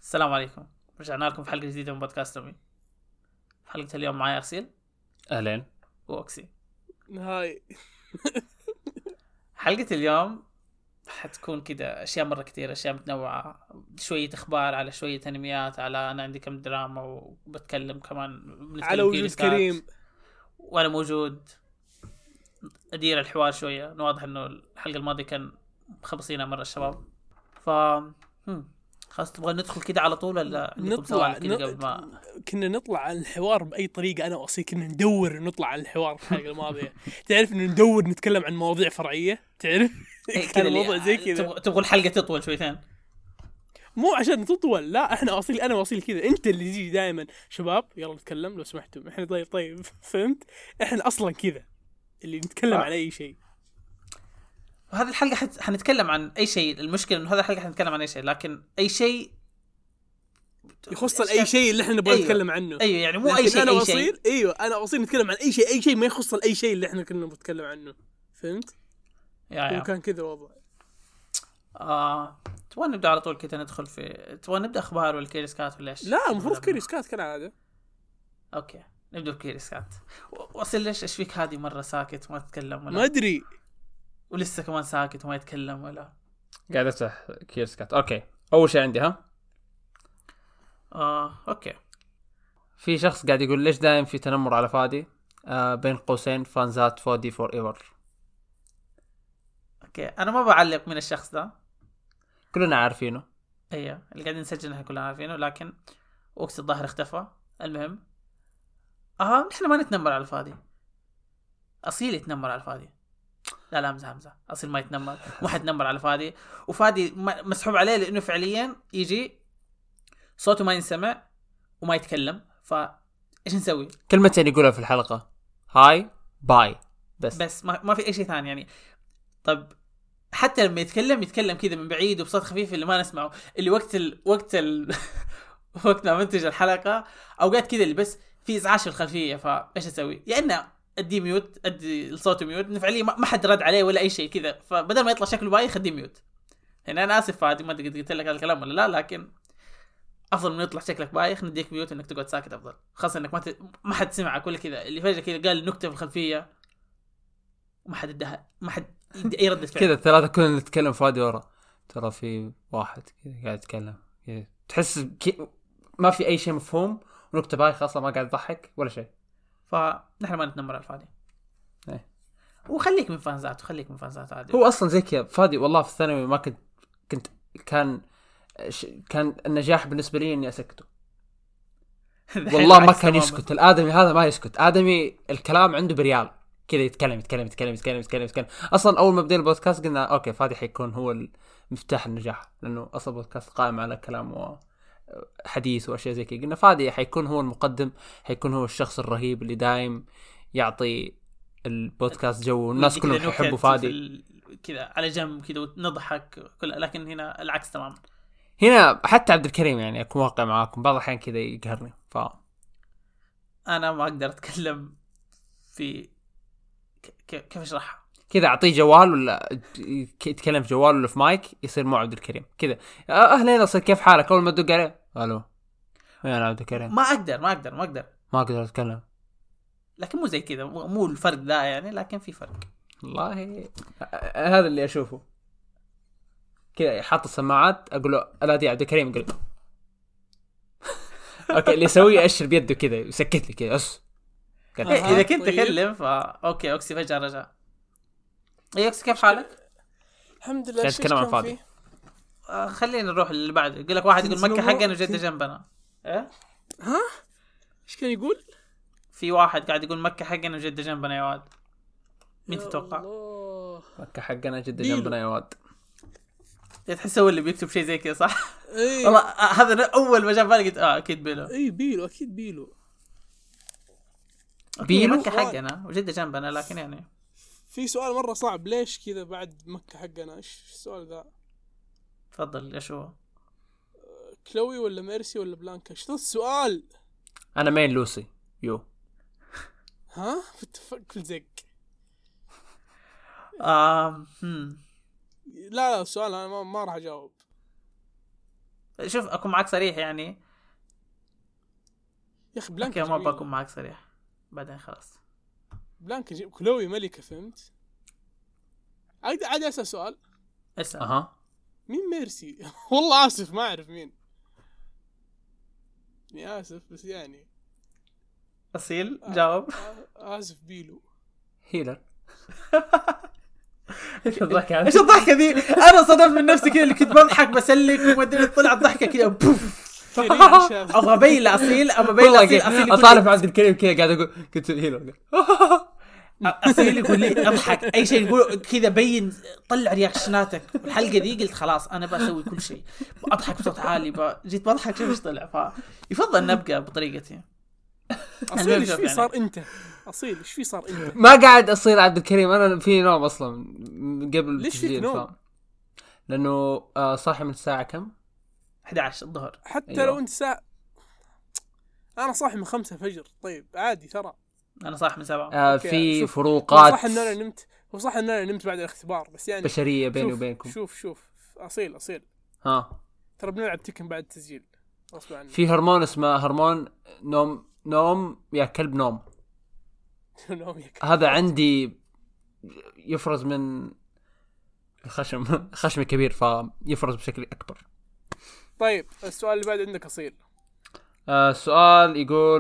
السلام عليكم. رجعنا لكم في حلقة جديدة من بودكاست رومي. حلقة اليوم معي أصيل أهلين وأوكسي. هاي. حلقة اليوم حتكون كده أشياء مرة كتير، أشياء متنوعة، شوية أخبار على شوية أنميات، على أنا عندي كم دراما وبتكلم كمان على وجود كريم وأنا موجود أدير الحوار شوية. واضح إنه الحلقة الماضية كان مخبصينها مرة الشباب. خلاص تبغى ندخل كده على طول ولا عندكم سؤال كده قبل ما كنا نطلع عن الحوار بأي طريقة؟ أنا وأصيل كنا ندور نطلع عن الحوار في الحلقة الماضية. تعرف إنه ندور نتكلم عن مواضيع فرعية، تعرف كان الموضوع زي كذا. تبغى الحلقة تطول شويتين، مو عشان تطول، لا احنا أصيل أنا وأصيل كذا. أنت اللي تجي دائما شباب يلا نتكلم لو سمحتم. احنا طيب فهمت؟ احنا أصلا كذا اللي نتكلم عن أي شيء. وهذه الحلقة حنتكلم عن أي شيء. المشكلة إنه هذه الحلقة حنتكلم عن أي شيء، لكن أي شيء يخص أي شيء اللي احنا نبغى نتكلم عنه. أيوة يعني مو أي شيء. أنا وأصيل أنا وأصيل نتكلم عن أي شيء ما يخص أي شيء اللي احنا كنا نتكلم عنه. فهمت؟ وكان كذا وضع. تبغى نبدأ على طول كده ندخل في تبغى نبدأ أخبار ولا كيريسكات ولا إيش؟ لا المفروض كيريسكات كالعادة. أوكي نبدأ بكيريسكات. وأصل ليش إيش فيك هذه مرة ساكت وما تتكلم ولا ما أدري، ولسه كمان ساكت وما يتكلم ولا قاعد أفتح كيرسكات. أوكي أول شيء عندي أوكي. في شخص قاعد يقول ليش دائم في تنمر على فادي، بين قوسين فانزات فادي فور ايفر. أوكي أنا ما بعلق من الشخص ده، كلنا عارفينه. أيه اللي قاعدين نسجل نحن كلنا عارفينه، لكن وقت الظهر اختفى. المهم نحن ما نتنمر على الفادي، أصيل يتنمر على الفادي. لا مزح أصيل ما يتنمر، ما حد نمر على الفادي. وفادي مسحوب عليه لأنه فعليا يجي صوته ما ينسمع وما يتكلم، فإيش نسوي؟ كلمتين يقولها في الحلقة هاي باي بس ما في أي شيء ثاني يعني. طب حتى لما يتكلم كذا من بعيد وبصوت خفيف اللي ما نسمعه، اللي وقت ما منتج الحلقة أوقات كذا اللي بس في إزعاج في الخلفية، فإيش أسوي؟ يا إنه أدي ميوت، أدي الصوت ميوت، فعليا ما حد رد عليه ولا أي شيء كذا، فبدل ما يطلع شكله بايخ أدي ميوت. يعني أنا آسف فادي ما قلت لك هذا الكلام ولا لا، لكن أفضل من يطلع شكلك بايخ نديك ميوت إنك تقعد ساكت أفضل، خاصة إنك ما حد سمعك ولا كذا. اللي فجأة كذا قال نكتة في الخلفية وما حد ادها، ما حد اي ردة فعل كذا ثلاثة كلنا نتكلم فادي ورا، ترى في واحد كذا قاعد يتكلم كذا تحس ما في أي شيء مفهوم ونكتة بايخة أصلا ما قاعد يضحك ولا شيء. فنحن ما نتنمر على الفادي. وخليك من فانزات عادي. هو أصلا زي كذا فادي. والله في الثانوي ما كنت كان النجاح بالنسبة لي إني أسكته. والله ما كان يسكت الآدمي هذا، ما يسكت آدمي. الكلام عنده بريال كذا، يتكلم. أصلا أول ما بدينا البودكاست قلنا أوكي فادي حيكون هو مفتاح النجاح، لأنه أصلا البودكاست قائم على كلام وحديث وأشياء زي كذا. قلنا فادي حيكون هو المقدم، حيكون هو الشخص الرهيب اللي دايم يعطي البودكاست جو، والناس كلهم يحبوا فادي كذا على جنب كذا ونضحك لكن هنا العكس تماما. هنا حتى عبد الكريم يعني أكون واقع معاكم بعض الأحيان كذا يقهرني. أنا ما أقدر أتكلم في كيف أشرحها كذا. أعطيه جوال ولا يتكلم في جوال ولا في مايك يصير مو عبد الكريم كذا. أهلين أصير كيف حالك؟ أول ما تدق عليه ألو وين عبد الكريم؟ ما أقدر أتكلم. لكن مو زي كذا، مو الفرق ده يعني، لكن في فرق والله. هذا اللي أشوفه كذا. حاط السماعات أقول له ألا دي عبد الكريم، يقول أوكي. اللي يسويه أشر بيده كذا يسكت لي كذا أس. إذا كنت تكلم أوكي. أوكسي فجأة رجع. أوكسي كيف حالك؟ الحمد لله. نتكلم عن فادي. خلينا نروح اللي بعده. يقول لك واحد يقول مكة حقنا وجدة جنبنا. إيه؟ ها؟ إيش كان يقول؟ في واحد قاعد يقول مكة حقنا وجدة جنبنا يا واد. مين تتوقع؟ مكة حقنا جدة جنبنا يا واد. تحس هو اللي بيكتب شيء زي كذا صح؟ إيه. والله هذا أول ما جاء بالي قلت أكيد بيلو. بيلو أكيد بيلو. مكة حقنا وجدة جنبنا، لكن يعني في سؤال مرة صعب. ليش كذا بعد مكة حقنا؟ إيش السؤال ذا؟ تفضل. إيش هو؟ كلوي ولا ميرسي ولا بلانكا؟ إيش السؤال؟ أنا مين لوسي يو. ها؟ في الزق. لا لا السؤال أنا ما راح أجاوب. شوف اكون معك صريح يعني. يا اخي بلانكا اوكي ما جميلة. بكون معك صريح بعدين خلاص. بلانكا كلوي ملكة فهمت. عاد اسأل سؤال. اسأل. اها مين ميرسي؟ والله اسف ما اعرف مين. يعني اسف بس يعني اصيل جاوب. اسف بيلو. هيلر. ايش الضحكه ذي؟ انا صدمت من نفسي كذا اللي كنت بضحك بسلك وما ادري طلع الضحكه كذا بوف. ابغى ابين اصيل اصيل اطالع عبد الكريم كذا قاعد اقول كنت هيلر. اصيل يقول لي اضحك اي شيء يقول كذا بين طلع رياكشناتك. الحلقه دي قلت خلاص انا بسوي كل شيء اضحك بصوت عالي جيت بضحك شوف ايش طلع. فيفضل نبقى بطريقتي. اصيل ايش في صار انت؟ اصيل ايش في صار انت؟ ما قاعد اصير عبد الكريم انا في نوم اصلا قبل ليش فيك نوم؟ لانه صاحي من الساعه كم 11 الظهر. حتى أيوة. لو انت ساعة انا صاحي من 5 الفجر. طيب عادي ترى انا صاحي من 7. في شوف، فروقات صح ان انا نمت. هو صح ان انا نمت بعد الاختبار بس يعني بشريه بيني وبينكم. شوف اصيل ها ترى بنلعب تكن بعد التسجيل غصب عني. في هرمون اسمه هرمون نوم يا كلب نوم. هذا عندي يفرز من خشم كبير فيفرز بشكل أكبر. طيب السؤال اللي بعد عندك أصيل. السؤال يقول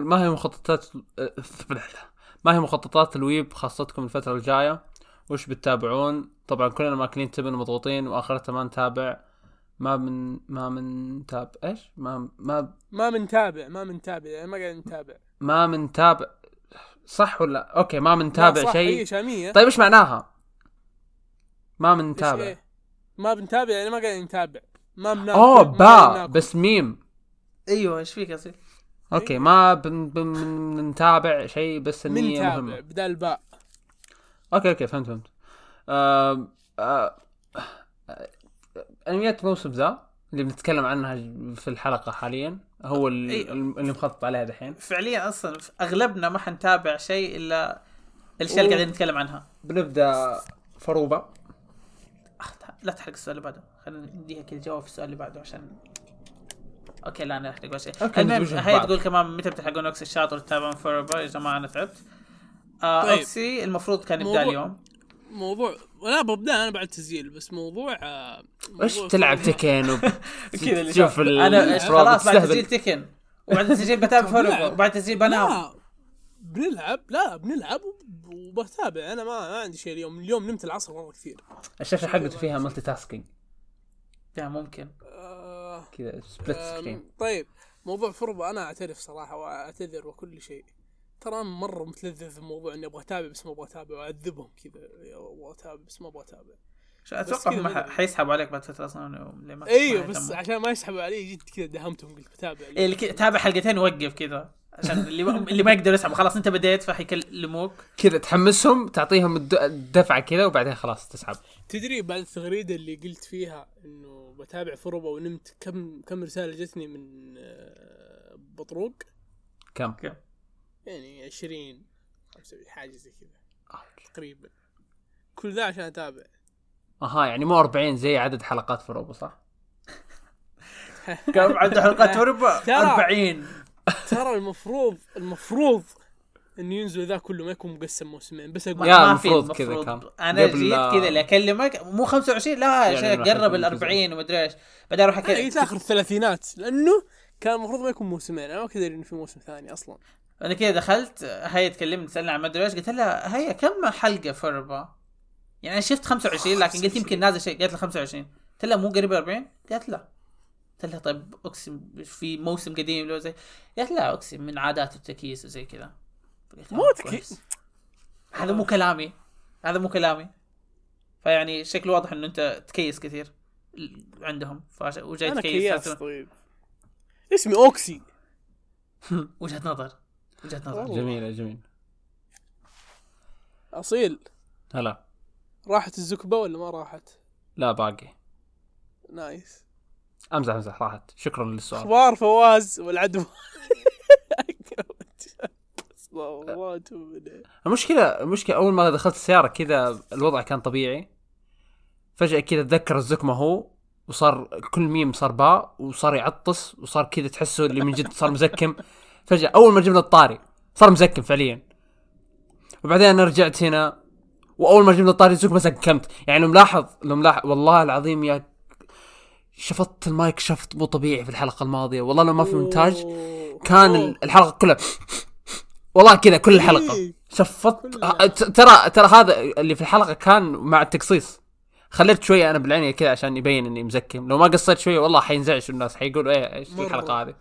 ما هي مخططات الويب خاصتكم الفترة الجاية؟ وش بتتابعون؟ طبعا كلنا ماكلين تبن ومضغوطين وآخرتها ما نتابع. ما من تابع ايش ما من تابع يعني ما قاعد نتابع. ما من تابع صح ولا اوكي ما من تابع شيء. طيب ايش معناها ما من تابع؟ إيه؟ ما بنتابع يعني ما قاعد نتابع. ما بناكل بس ميم. ايوه ايش فيك اصيل؟ اوكي ما بنتابع شيء بس النية مهمة بدال الباء. اوكي فهمت. انميات موسم ذا اللي بنتكلم عنها في الحلقة حاليا هو اللي مخطط عليها دحين. فعليا اصلا اغلبنا ما حنتابع شيء الا الاشياء اللي قاعدين نتكلم عنها. بنبدا فروبا. لا تحرق السؤال اللي بعده خلينا نديها كذا جواب في السؤال اللي بعده عشان اوكي لا انا احرق شيء. المهم هي تقول كمان متى بتلحقون اوكسي الشاطر تتابعون فروبا؟ يا جماعه انا تعبت. طيب. اوكسي المفروض كان يبدا اليوم. موضوع ولا ببدا انا بعد تسجيل بس موضوع ايش تلعب تكن كذا شوف انا خلاص بعد تسجيل تكن وبعد تسجيل بتابع فروبا وبعد تسجيل بنام. بنلعب وبتابع. انا ما عندي شيء اليوم نمت العصر والله كثير. الشاشه حقته فيها مالتي تاسكينج ده ممكن كذا سبليت سكرين. طيب موضوع فروبا انا اعترف صراحه واعتذر وكل شيء. ترى مره متلذذ في الموضوع اني ابغى اتابع بس ما ابغى اتابع واعذبهم كذا. ابغى اتابع بس ما ابغى اتابع. اتوقع هم حيسحبوا عليك بعد فتره اصلا. ايوه بس عشان ما يسحبوا علي جيت كذا دهمتهم قلت بتابع. تابع حلقتين ووقف كذا عشان اللي ما يقدر يسحب خلاص انت بديت فحيكلموك كذا تحمسهم تعطيهم الدفعه كذا وبعدين خلاص تسحب. تدري بعد التغريده اللي قلت فيها انه بتابع فروبا ونمت كم رساله جتني من بطروق؟ كم يعني 20 25 حاجه زي كذا تقريبا. كل ذا عشان اتابع. يعني مو 40 زي عدد حلقات فروبا صح؟ كم عدد حلقات فروبا؟ 40. ترى المفروض انه ينزل ذا كله ما يكون مقسم موسمين بس اقول ما في كذا كان. انا جيت كذا اللي اكلمك مو 25 لا يعني قرب ال40 وما ادري ايش بعدين اروح جيت اخر الثلاثينات لانه كان المفروض ما يكون موسمين. انا ما كذا انه في موسم ثاني اصلا. انا كذا دخلت هي تكلمت سالنا عن ما ادري ايش قلت لها هي كم حلقه فروبا يعني انا شفت 25 لكن قلت يمكن نازل شيء. قالت لي 25. قلت لها مو قريب 40. قالت لا. قلت لها طيب اقسم في موسم قديم لو زي. قالت لا اقسم من عادات التكييس وزي كذا. مو تكييس هذا مو كلامي فيعني شكل واضح انه انت تكيس كثير عندهم وجاي تكيس. طيب اسمي اوكسي. وجهة نظر جميل اصيل. هلا راحت الزكبة ولا ما راحت؟ لا باقي. نايس. امزح راحت. شكرا للسؤال. اخبار فواز والعدو. المشكلة اول ما دخلت السيارة كذا الوضع كان طبيعي فجأة كذا اتذكر الزكمة هو وصار كل ميم صار باء وصار يعطس وصار كذا تحسه اللي من جد صار مزكم. فجأة أول ما جبنا الطاري صار مزكم فعليا. وبعدين أنا رجعت هنا وأول ما جبنا الطاري زوك مسك كمت. يعني لو ملاحظ والله العظيم يا شفطت المايك شفط مو طبيعي في الحلقة الماضية. والله لو ما في مونتاج كان الحلقة كلها والله كذا كل الحلقة شفطت. ترى هذا اللي في الحلقة كان مع التقصيص. خليت شوية أنا بالعنية كذا عشان يبين إني مزكم. لو ما قصيت شوية والله حينزعج الناس حيقولوا إيش الحلقة هذه.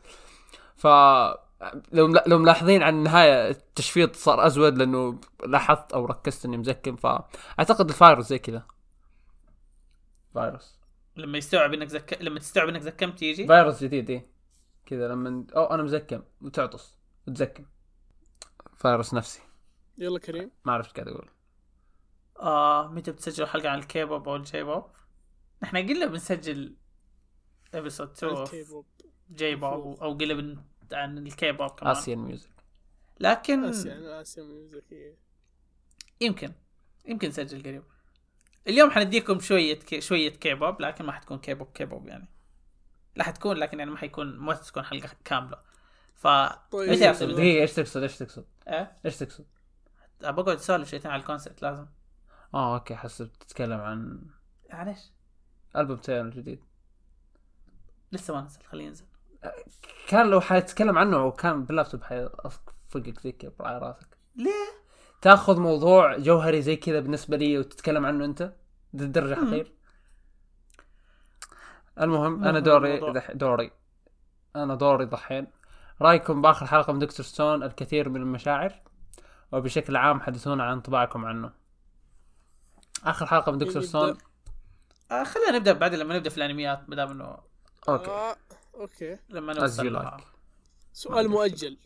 لو ملاحظين عن النهاية التشفيط صار أزود لأنه لاحظت أو ركزت إني مزكم. فأعتقد الفايروس زي كذا فايروس لما يستوعب انك لما تستوعب انك زكمت يجي فيروس جديد إيه كذا لما انا مزكم وتعطس وتزكم فيروس نفسي. يلا كريم ما عرفت قاعد اقول. متى بتسجلوا حلقة عن الكيبوب او الجي بوب؟ احنا قلنا بنسجل ابيسود 2 الكيبوب جي بوب او قلنا عن الكيبوب كمان اسيان ميوزك. لكن اسيان ميوزك يمكن نسجل قريب. اليوم حنديكم شوية كيبوب لكن ما حتكون كيبوب يعني لا حتكون لكن يعني ما حيكون ما تكون حلقة كاملة. طيب ايش يحصل؟ ايش تقصد ايش تقصد؟ بقعد اسولف شويتين على الكونسبت لازم. اوكي حسب تتكلم عن معليش ألبوم تايلر الجديد لسه ما نزل خليه ينزل. كان لو حتتكلم عنه وكان باللابتوب حيفقك زي كذا على راسك. ليه تاخذ موضوع جوهري زي كذا بالنسبة لي وتتكلم عنه انت للدرجة حقير؟ المهم انا دوري ضحين. رايكم باخر حلقة من دكتور ستون الكثير من المشاعر وبشكل عام حدثونا عن انطباعكم عنه. اخر حلقة من دكتور ستون خلينا نبدا بعد لما نبدا في الانميات مدام انه اوكي لما نوصل سؤال مؤجل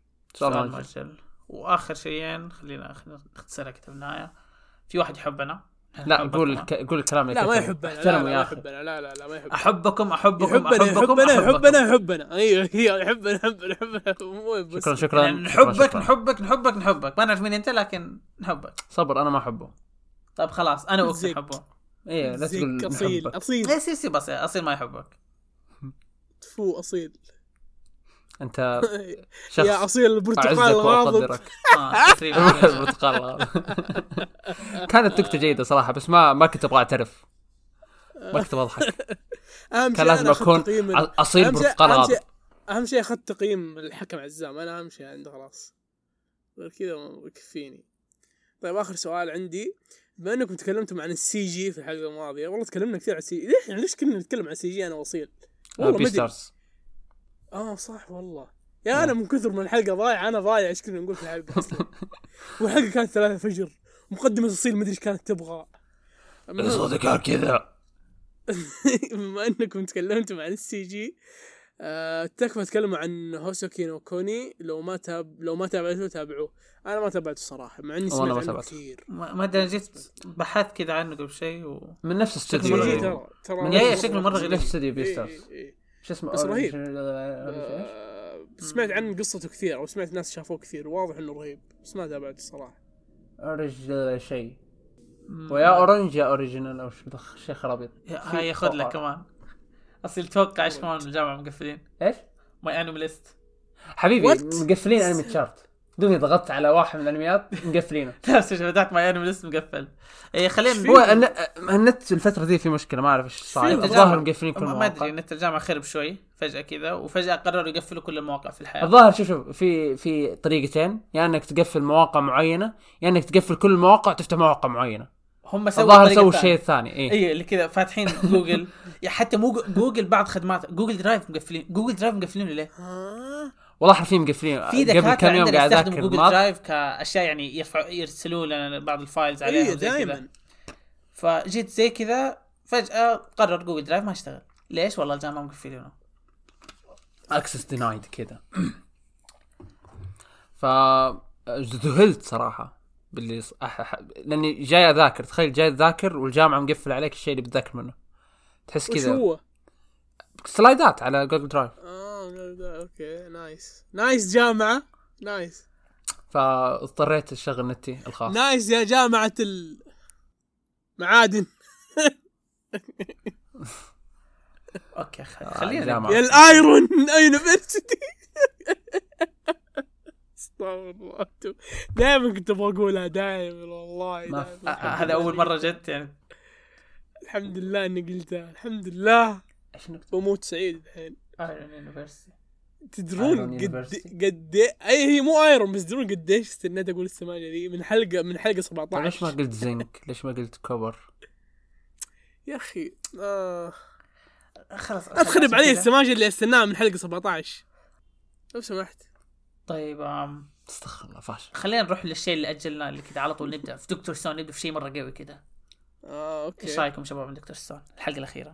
واخر شيئين خلينا نختصرها كده في النهايه. في واحد يحبنا لا قول الكلام لا ما يحبنا لا ما يحبنا احبكم يحبنا ايوه يحبنا مو بس شكرا نحبك ما نعرف مين انت لكن نحبك. صبر انا ما احبه. طيب خلاص انا وقت نحبه. ايه لا تقول اصيل ايه سي بس اصيل ما يحبك تفو اصيل انت شخص يا اصيل البرتقال الغاضب البرتقال الغاضب. كانت نكتة جيدة صراحة بس ما كنت ابغى اعترف ما كنت اضحك. كان لازم اكون اصيل برتقال غاضب. اهم شيء اخذت تقييم الحكم عزام انا اهم شيء عنده خلاص غير كذا يكفيني. طيب اخر سؤال عندي بما انكم تكلمتم عن السي جي في الحلقة الماضية والله تكلمنا كثير عن السي ليش كنا نتكلم عن السي جي انا واصيل والله بيستارز صح والله يا انا من كثر من الحلقه ضايع انا ضايع ايش كنا نقول في الحلقه اصلا. والحلقه كانت 3 فجر مقدمه اصيل ما ادري ايش كانت تبغى صوتك كان كذا. بما انكم تكلمتم عن السي جي تكفى تكلموا عن هوسوكي نو كوني لو ما تابعتوه تابعوه. انا ما تابعته الصراحه مع اني سمعت عنه كثير ما ادري جيت بحثت كذا عنه قبل شيء من نفس استوديو ترى شكله مره غير نفس استوديو بيستارز شو اسمه بس رهيب. سمعت عن قصته كثير او سمعت ناس شافوه كثير واضح انه رهيب بس ما تابعته الصراحه. اوريج شيء ويا اورنج يا اوريجينال او شيء خرابيط هاي ياخذ لك كمان اصل توقع ايش كمان الجامعه مقفلين ايش ماي انمي ليست حبيبي مقفلين انمي تشارت دوبي ضغطت على واحد من الانميات مقفلينه. بس فتحت ماي انمي ليست مقفل. خلينا هو النت الفتره دي في مشكله ما اعرف ايش صاير الظاهر مقفلين كل المواقع. ما ادري النت الجامعه خرب شوي فجاه كذا وفجاه قرروا يقفلوا كل المواقع في الحياه. الظاهر شوف في طريقتين يعني انك تقفل مواقع معينه يعني انك تقفل كل المواقع وتفتح مواقع معينه. هم سووا الشيء الثاني ايه اللي كذا فاتحين جوجل حتى مو جوجل بعض خدمات جوجل درايف مقفلين ليه والله حرفيا مقفلين. قبل كم يوم قاعد اذاكر جوجل درايف كاشياء يعني يرسلوا لنا بعض الفايلز عليها زي كذا. فجيت زي كذا فجاه قرر جوجل درايف ما يشتغل. ليش والله الجامعه مقفلينه اكسس دينايد كذا. ذهلت صراحه باللي لاني جاي اذاكر تخيل جاي اذاكر والجامعه مقفل عليك الشيء اللي بتذاكر منه تحس كذا. وش هو سلايدات على جوجل درايف. اوكي نايس جامعه نايس. فاضطريت اشغل نتي الخاص. نايس يا جامعه المعادن. اوكي خلينا جامعة. يا الايرون يونيفرسيتي. استغفر الله. دائما كنت ابغى اقولها دائما والله دائما. هذا اول مره جت يعني. الحمد لله اني قلتها الحمد لله. ايش نكتب؟ بموت سعيد الحين. ايرون يونيفرسيتي. تدرون قد اي هي مو ايرون بس تدرون قديش استنيت اقول السماجه دي من حلقه 17. ليش ما قلت زنك؟ ليش ما قلت كوبر؟ يا اخي خلاص اتخرب علي السماجه اللي استناها من حلقه 17 لو سمحت. طيب استغفر الله فاشل. خلينا نروح للشيء اللي اجلناه اللي كذا على طول نبدا في دكتور ستون. نبدا في شيء مره قوي كذا. اوكي ايش رايكم شباب من دكتور ستون الحلقه الاخيره؟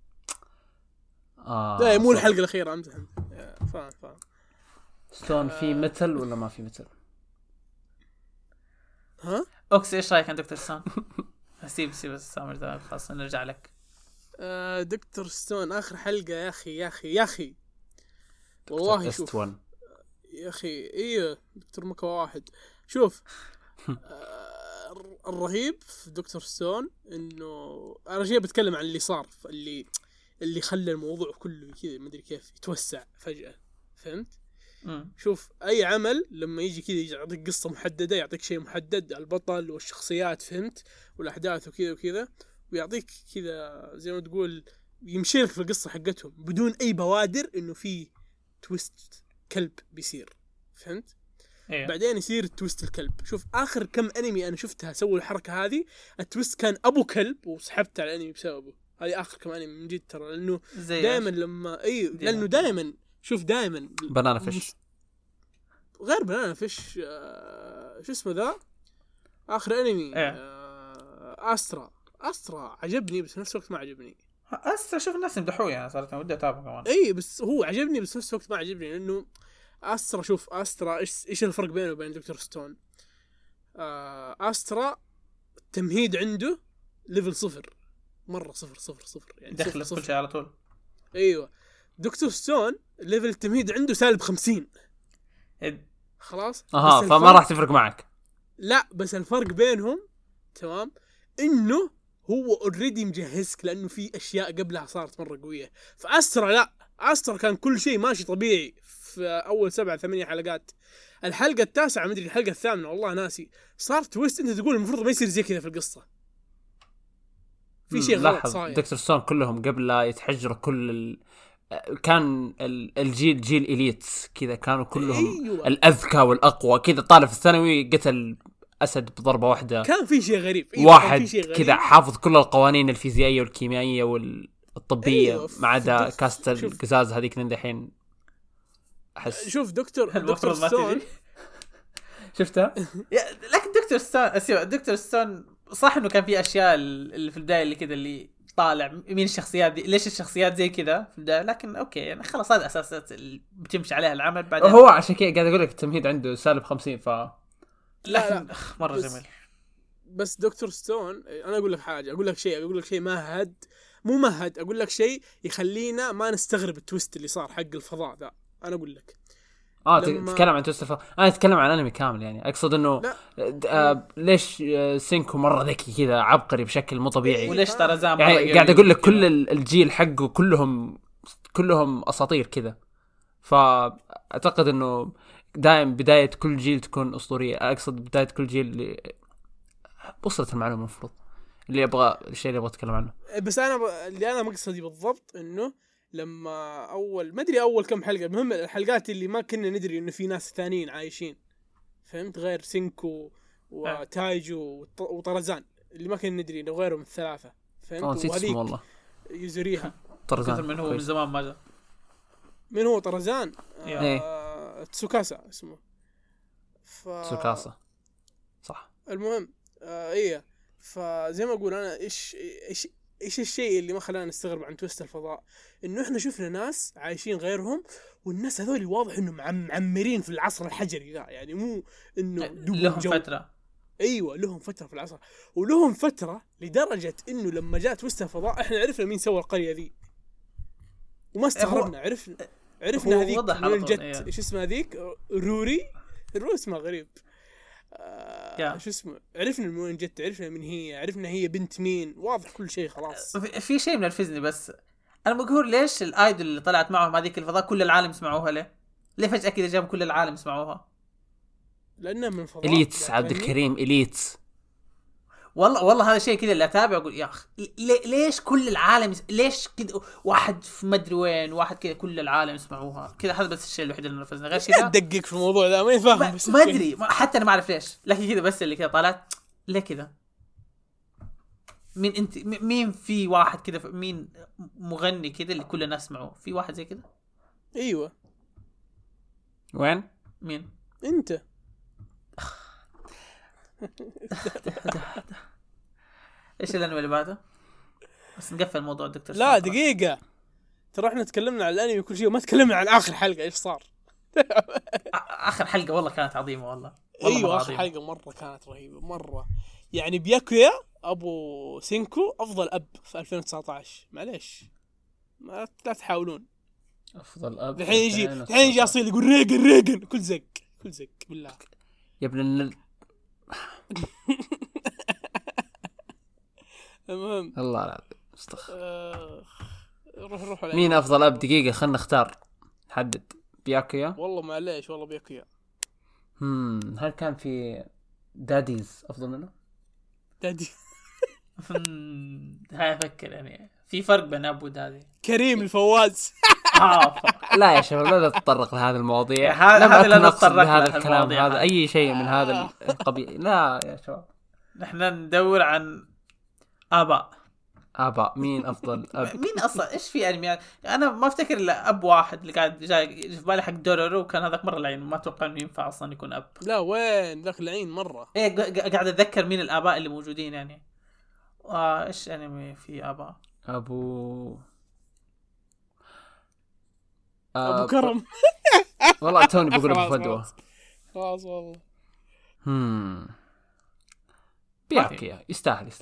لا مو الحلقه الاخيره امزح. فاهم ستون في مثل ولا ما في مثل؟ ها اوكس ايش رايك عن دكتور ستون؟ سيب السامر ده خلاص نرجع لك. دكتور ستون اخر حلقه يا اخي والله شوف يا اخي ايه دكتور مكا واحد. شوف الرهيب في دكتور ستون انه انا جاي بتكلم عن اللي صار اللي خلى الموضوع كله كذا ما ادري كيف يتوسع فجأة. فهمت؟ شوف اي عمل لما يجي كذا يعطيك قصة محددة يعطيك شيء محدد البطل والشخصيات فهمت والاحداث وكذا ويعطيك كذا زي ما تقول يمشي لك في القصة حقتهم بدون اي بوادر انه في تويست كلب بيصير. فهمت؟ إيه. بعدين يصير تويست الكلب. شوف اخر كم انمي انا شفتها سووا الحركة هذه التويست كان ابو كلب وسحبت على الانمي بسببه. هذه اخر كم انمي من جد ترى لانه دائما لما لانه دائما شوف دائما بنانا فيش غير بنانا فيش شو اسمه ذا اخر انمي استرا عجبني بس نفس الوقت ما عجبني. شوف الناس يمدحوه يعني صارت ودي اتابعه كمان. اي بس هو عجبني بس نفس الوقت ما عجبني لانه استرا شوف استرا ايش الفرق بينه وبين دكتور ستون؟ استرا التمهيد عنده ليفل 0 مرة 0 يعني دخل كل شيء على طول. ايوه دكتور ستون ليفل التمهيد عنده -50 خلاص. فما راح تفرق معك. لا بس الفرق بينهم تمام انه هو اوريدي مجهزك لانه في اشياء قبلها صارت مرة قوية. فأسترا لا أسترا كان كل شيء ماشي طبيعي في اول 7-8 حلقات. الحلقة 9 مدري الحلقة 8 والله ناسي صار تويست انت تقول المفروض ما يصير زي كذا في القصة. في شيء غلط صاير. دكتور ستون كلهم قبل لا يتحجروا كان الجيل جيل إليتس كذا كانوا كلهم أيوة. الأذكى والأقوى كذا. طالب في الثانوي قتل أسد بضربة واحدة. كان في شيء غريب. واحد كذا حافظ كل القوانين الفيزيائية والكيميائية والطبية. أيوة. ما عدا كاست القزاز هذيك الحين أحس. شوف دكتور ستون شفتها؟ لكن دكتور ستون صح انه كان في اشياء اللي في البدايه اللي كذا اللي طالع مين الشخصيات دي ليش الشخصيات زي كذا في البدايه. لكن اوكي يعني خلاص هذا اساسات اللي بتمشي عليها العمل. بعدين هو عشان كذا قاعد اقول لك التمهيد عنده -50 لا. مره جميل. بس دكتور ستون انا اقول لك حاجه اقول لك شيء مو مهد اقول لك شيء يخلينا ما نستغرب التويست اللي صار حق الفضاء ذا. انا اقول لك تتكلم عن تويست انا اتكلم عن انمي كامل يعني اقصد انه ليش سينكو مره ذكي كذا عبقري بشكل مو طبيعي وليش ترزان يعني قاعد اقول لك كل الجيل حقه كلهم اساطير كذا. فاعتقد انه دائم بدايه كل جيل تكون اسطوريه. اقصد بدايه كل جيل اللي وصلت المعلومه المفروض الشيء اللي ابغى اتكلم عنه. بس اللي انا مقصدي بالضبط انه لما اول كم حلقه المهم الحلقات اللي ما كنا ندري انه في ناس ثانيين عايشين فهمت غير سينكو وتايجو وطرزان اللي ما كنا ندري انه غيرهم الثلاثه فهمت. وهذيك والله يزوريها طرزان من هو من زمان ما جاء. من هو طرزان تسوكاسا اسمه تسوكاسا صح. المهم فزي ما اقول انا ايش الشيء اللي ما خلانا نستغرب عن تويست الفضاء انه احنا شفنا ناس عايشين غيرهم والناس هذول واضح انه معمرين في العصر الحجري ذا يعني مو انه لهم فترة. ايوه لهم فترة في العصر ولهم فترة لدرجة انه لما جاء تويست الفضاء احنا عرفنا مين سوى القرية ذي وما استغربنا. عرفنا هذيك من جت ايش اسمها هذيك روري اسمها غريب شو اسمه عرفنا من وين جت عرفنا من هي عرفنا هي بنت مين واضح كل شيء خلاص. في شيء من الفيزني بس انا مقهور ليش الايدول اللي طلعت معهم هذيك الفضاء كل العالم يسمعوها ليه فجأة كذا جاب كل العالم يسمعوها؟ لانه من فضاء اليتس عبد الكريم اليتس. والله هذا شيء كذا اللي اتابع اقول يا اخ ليش كل العالم ليش كذا واحد في مدري وين واحد كذا كل العالم يسمعوها كذا. هذا بس الشيء الوحيد اللي نرفزنا غير كذا دقق في الموضوع ده ما يفهم بس ما ادري حتى انا ما اعرف ليش لكن كذا بس اللي كذا طلعت ليه كذا. مين انت مين في واحد كذا مين مغني كذا اللي كل الناس يسمعوه في واحد زي كذا؟ ايوه وين مين انت؟ ايش الانمي اللي بعده؟ بس نقفل الموضوع دكتور. لا دقيقة ترى احنا تكلمنا عن الانمي وكل شيء وما تكلمنا عن اخر حلقة ايش صار. اخر حلقة والله كانت عظيمة والله ايوه اخر حلقة مرة كانت رهيبة مرة. يعني بياكويا ابو سينكو افضل اب في 2019 معليش ما لا تحاولون. افضل اب الحين يجي اصيل يقول ريجن كل زق بالله يا ابن المهم الله العظيم استغفر. روح مين افضل اب؟ دقيقه خلنا نختار نحدد. بياكويا والله معليش والله بياكويا. هل كان في داديز افضل منه؟ دادي هاي افكر يعني في فرق بين ابو دادي. كريم الفواز. لا يا شباب لا تتطرق لهذه المواضيع. هذا لا نتطرق لهذا الكلام هذا اي شيء من هذا القبيل. لا يا شباب نحن ندور عن اباء. مين افضل اب؟ مين اصلا ايش في انميات؟ انا ما افتكر الا اب واحد اللي قاعد جاي في بالي حق دورورو وكان هذاك مره لعين ما اتوقع انه ينفع اصلا يكون اب. لا وين ذاك العين مره. ايه قاعد اتذكر مين الاباء اللي موجودين يعني. ايش انمي في اباء؟ ابو كرم. والله توني بقول ابو فدوه. خلاص والله. بياكيا يستاهل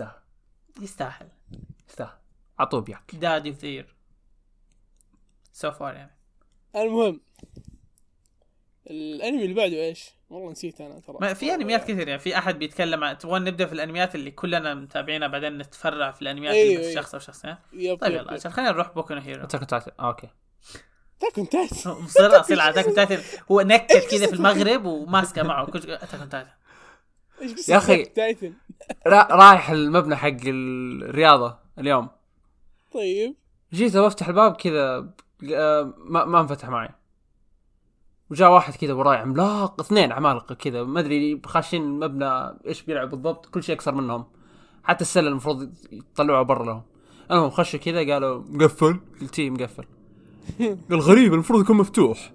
عطوه بياك دادي فير سو فار يعني. المهم الانمي اللي بعده ايش؟ والله نسيت انا ترى. ما في انميات كثير يعني. في احد بيتكلم عن تبغون نبدا في الانميات اللي كلنا متابعينها بعدين نتفرع في الانميات اللي بس شخص او شخص. طيب يلا عشان خلينا نروح بوكو نو هيرو. اوكي تاكون تايتن مصر اصيل على تاكون تايتن. هو نكت كذا في المغرب وماسكه معه تاكون تايتن. يا اخي تايتن رايح المبنى حق الرياضه اليوم. طيب جيت بفتح الباب كذا ما انفتح معي وجاء واحد كذا وراي عملاق 2 عمالقه كذا ما ادري خاشين المبنى ايش بيلعب بالضبط. كل شيء اكثر منهم حتى السله المفروض يطلعوها برا لهم. المهم خشوا كذا قالوا مقفل. قلت مقفل. قال غريب المفروض يكون مفتوح.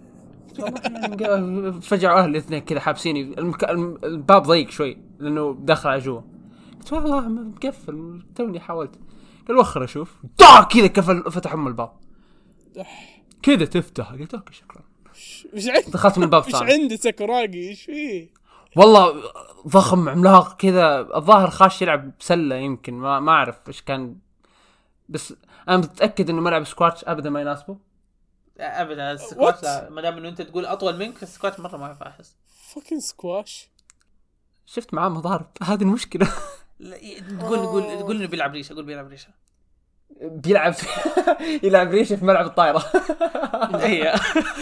فجأة أهلي 2 كذا حابسيني. الباب ضيق شوي لأنه داخل على جوا. قلت والله مقفل توني حاولت. قال وخر أشوف كذا كفل فتح الباب كذا تفتح. قلت أوكي شكرا. مش عندي دخلت من الباب ثاني. مش عندي ساكوراجي ايش فيه والله ضخم عملاق كذا الظاهر خاش يلعب سلة يمكن ما أعرف إيش كان. بس أنا متأكد إنه ملعب سكواتش أبدا ما يناسبه ابدا. السكواتش لا ما دام انه انت تقول اطول منك السكواتش مره ما ينفع. احس فكين سكواش شفت معاه مضارب هذه المشكله. تقول انه بيلعب ريشه. اقول بيلعب ريشه. يلعب ريشه في ملعب الطايره. هي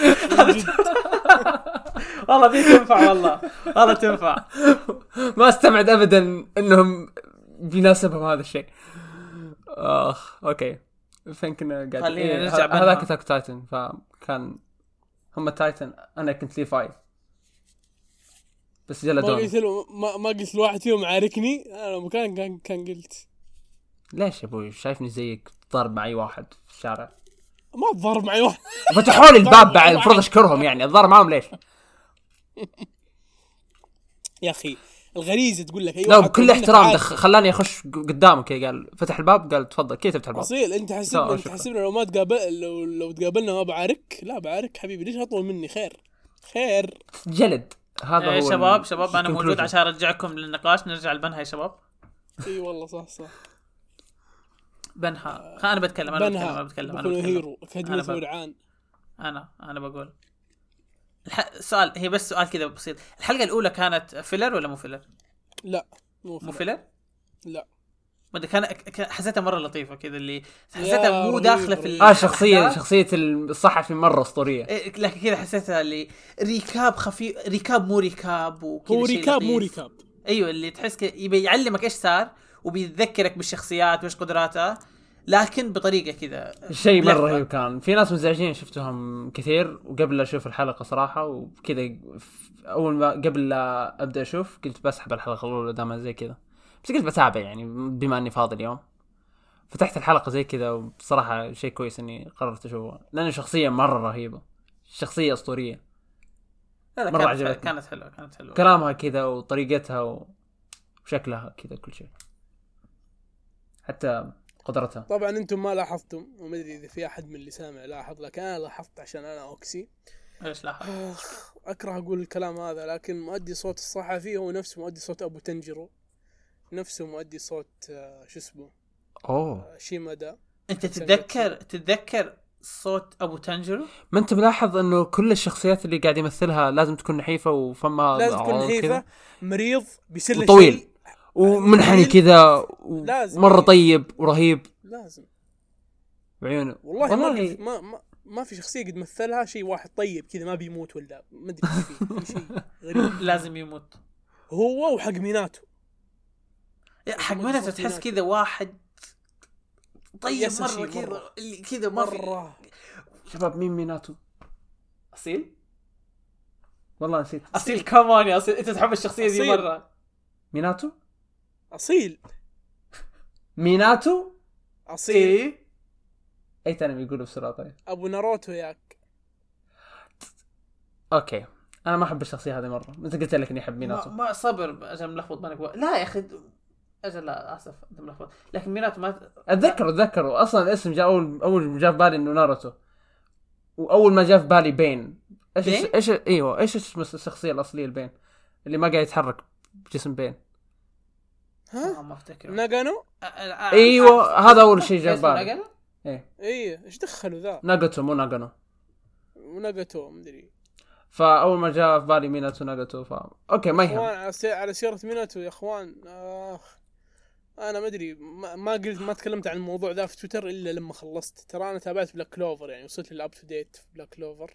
والله دي تنفع. والله تنفع. ما استبعد ابدا انهم بيناسبهم هذا الشيء. اوكي فين كنا قاعدين؟ خلينا نرجع هذاك تاك تايتن. فكان هم تايتن انا كنت لي 5 بس جلدوني. ما قلت لواحد فيهم عاركني انا مكان كان قلت ليش يا ابوي شايفني زيك ضارب مع اي واحد في الشارع؟ ما ضرب معي واحد. فتحوا لي الباب بعد المفروض اشكرهم يعني. الضرب معهم ليش يا اخي؟ الغريزه تقول لك لا بكل احترام خلاني اخش قدامك كذا. قال فتح الباب قال تفضل. كيف تفتح الباب؟ اصيل انت حسبنا لو ما تقابل لو تقابلنا ما بعارك. لا بعارك حبيبي. ليش اطول مني؟ خير جلد. هذا هو شباب انا موجود عشان ارجعكم للنقاش. نرجع لبنها يا شباب. اي والله صح بنها. انا بتكلم انا بتكلم هيرو اكاديميه ورعان. انا بقول سؤال. هي بس سؤال كذا بسيط. الحلقه الاولى كانت فيلر ولا مو فيلر؟ لا مو فيلر. لا ما كان حسيتها مره لطيفه كذا، اللي حسيتها مو داخله في شخصيه الصحفي مره اسطوريه، لكن كذا حسيتها اللي ريكاب خفيف، ريكاب مو ريكاب، وكذا هو ريكاب مو ريكاب. ايوه اللي تحس يبي يعلمك ايش صار وبيذكرك بالشخصيات وايش قدراتها، لكن بطريقه كذا شيء مره رهيب. كان في ناس مزعجين شفتهم كثير، وقبل لا اشوف الحلقه صراحه وكذا اول ما قبل لا ابدا اشوف قلت بسحب الحلقه الاولى دامها زي كذا، بس قلت بتابع يعني بما اني فاضي اليوم. فتحت الحلقه زي كذا وبصراحه شيء كويس اني قررت اشوفها، لانه شخصيه مره رهيبه، شخصيه اسطوريه. مرة عجبتني، كانت حلوه كلامها كذا وطريقتها وشكلها كذا كل شيء، حتى قدرتها. طبعا انتم ما لاحظتم، وما ادري اذا في احد من اللي سامع لاحظ، لكن انا لاحظت عشان انا اوكسي. ايش لاحظ؟ اكره اقول الكلام هذا، لكن مؤدي صوت الصحفي هو نفسه مؤدي صوت ابو تنجرو، نفسه مؤدي صوت شو اسمه شيمادا. انت تتذكر صوت ابو تنجرو؟ ما انت ملاحظ انه كل الشخصيات اللي قاعد يمثلها لازم تكون نحيفه وفمها لازم تكون نحيفه، مريض بيصير طويل ومنحني كذا مره طيب ورهيب لازم بعيونه. والله ما في شخصيه قد مثلها شيء واحد طيب كذا ما بيموت ولا ما ادري في شيء غريب. لازم يموت هو وحق ميناتو. حق ميناتو تحس كذا واحد طيب مره كذا مره. شباب مين ميناتو؟ اصيل والله نسيت. اصيل كمان يا اصيل، انت تحب الشخصيه دي مره. ميناتو اصيل ميناتو اصيل اي تاني بيقولوا بسرعه. طيب ابو ناروتو ياك. اوكي انا ما احب الشخصيه هذه مره، انت قلت لك اني احب ميناتو. ما صبر اجل ملخبط بينك لا يا اخي اجل لا اسف انت ملخبط، لكن ميناتو ما اتذكره اصلا الاسم جاء اول جاء في بالي انه ناروتو، واول ما جاء في بالي بين ايش ايوه ايش اسم الشخصيه الاصليه البين اللي ما قاعد يتحرك بجسم بين؟ ما افتكر. ناغانو. ايوه هذا اول شيء جاء في بالي. ايه ايش دخلوا ذا؟ ناغاتو مو ناغانو. وناغاتو مدري. فاول ما جاء في بالي ميناتو ناغاتو اوكي ما يهم. على سيرة ميناتو يا اخوان، انا ما ادري ما تكلمت عن الموضوع ذا في تويتر الا لما خلصت. ترى انا تابعت بلاك كلوفر، يعني وصلت للاب تو ديت في بلاك كلوفر.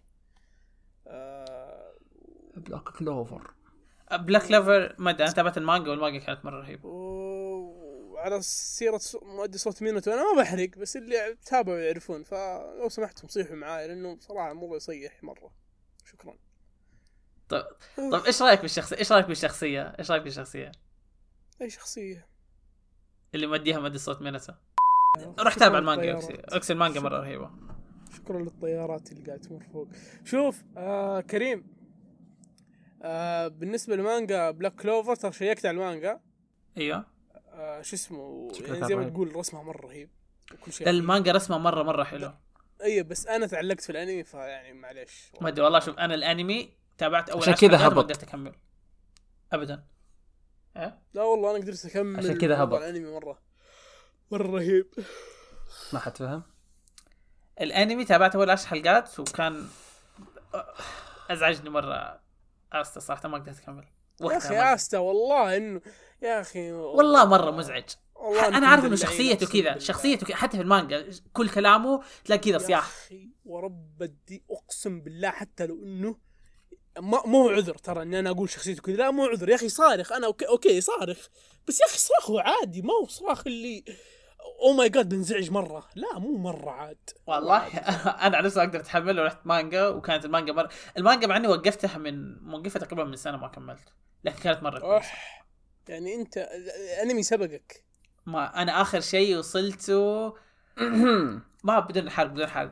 بلاك كلوفر ما ادري، انا تابعت المانجا والمانجا كانت مره رهيبه. وعلى سيرة مؤدي صوت ميناتو انا ما بحرق، بس اللي تابعوا يعرفون، فلو سمحتم صيحوا معاي لانه بصراحه الموضوع يصيح مره. شكرا. طب ايش رايك بالشخصيه؟ اي شخصيه اللي مديها مؤدي صوت ميناتو؟ روح تابع المانجا. اوكسي المانجا مره رهيبه. شكرا للطيارات اللي قاعد تمر فوق. شوف كريم، بالنسبه للمانجا بلاك كلوفر ترى شيكت على المانجا. ايوه شو اسمه يعني زي ما تقول رسمها مره رهيب وكل شيء. المانجا رسمها مره حلو. ايوه بس انا تعلقت في الانمي فيعني معليش. ما ادري والله. شوف انا الانمي تابعت اول عشان كذا ما قدرت اكمل ابدا. لا والله انا قدرت اكمل عشان كذا هبط. الانمي مره رهيب. ما حد فهم الانمي. تابعت اول 10 حلقات وكان ازعجني مره. استا صراحه ما قدرت اكمل يا اخي. استا والله انه يا اخي والله مره مزعج. انا عارف انه شخصيته حتى في المانجا كل كلامه تلاقي كذا صياح. ورب بدي اقسم بالله حتى لو انه مو عذر ترى ان انا اقول شخصيته كذا، لا مو عذر يا اخي. صارخ انا اوكي صارخ، بس يا اخي صراخه عادي، ما هو صراخ اللي او ماي جاد بنزعج مره. لا مو مره عاد والله. انا على نفسي اقدر اتحمل. ورحت مانجا وكانت المانجا مع اني وقفتها موقفها تقريبا من سنه ما كملت، لكن كانت مره كويسه. يعني انت الانمي سبقك. ما انا اخر شيء وصلته ما بدون حرق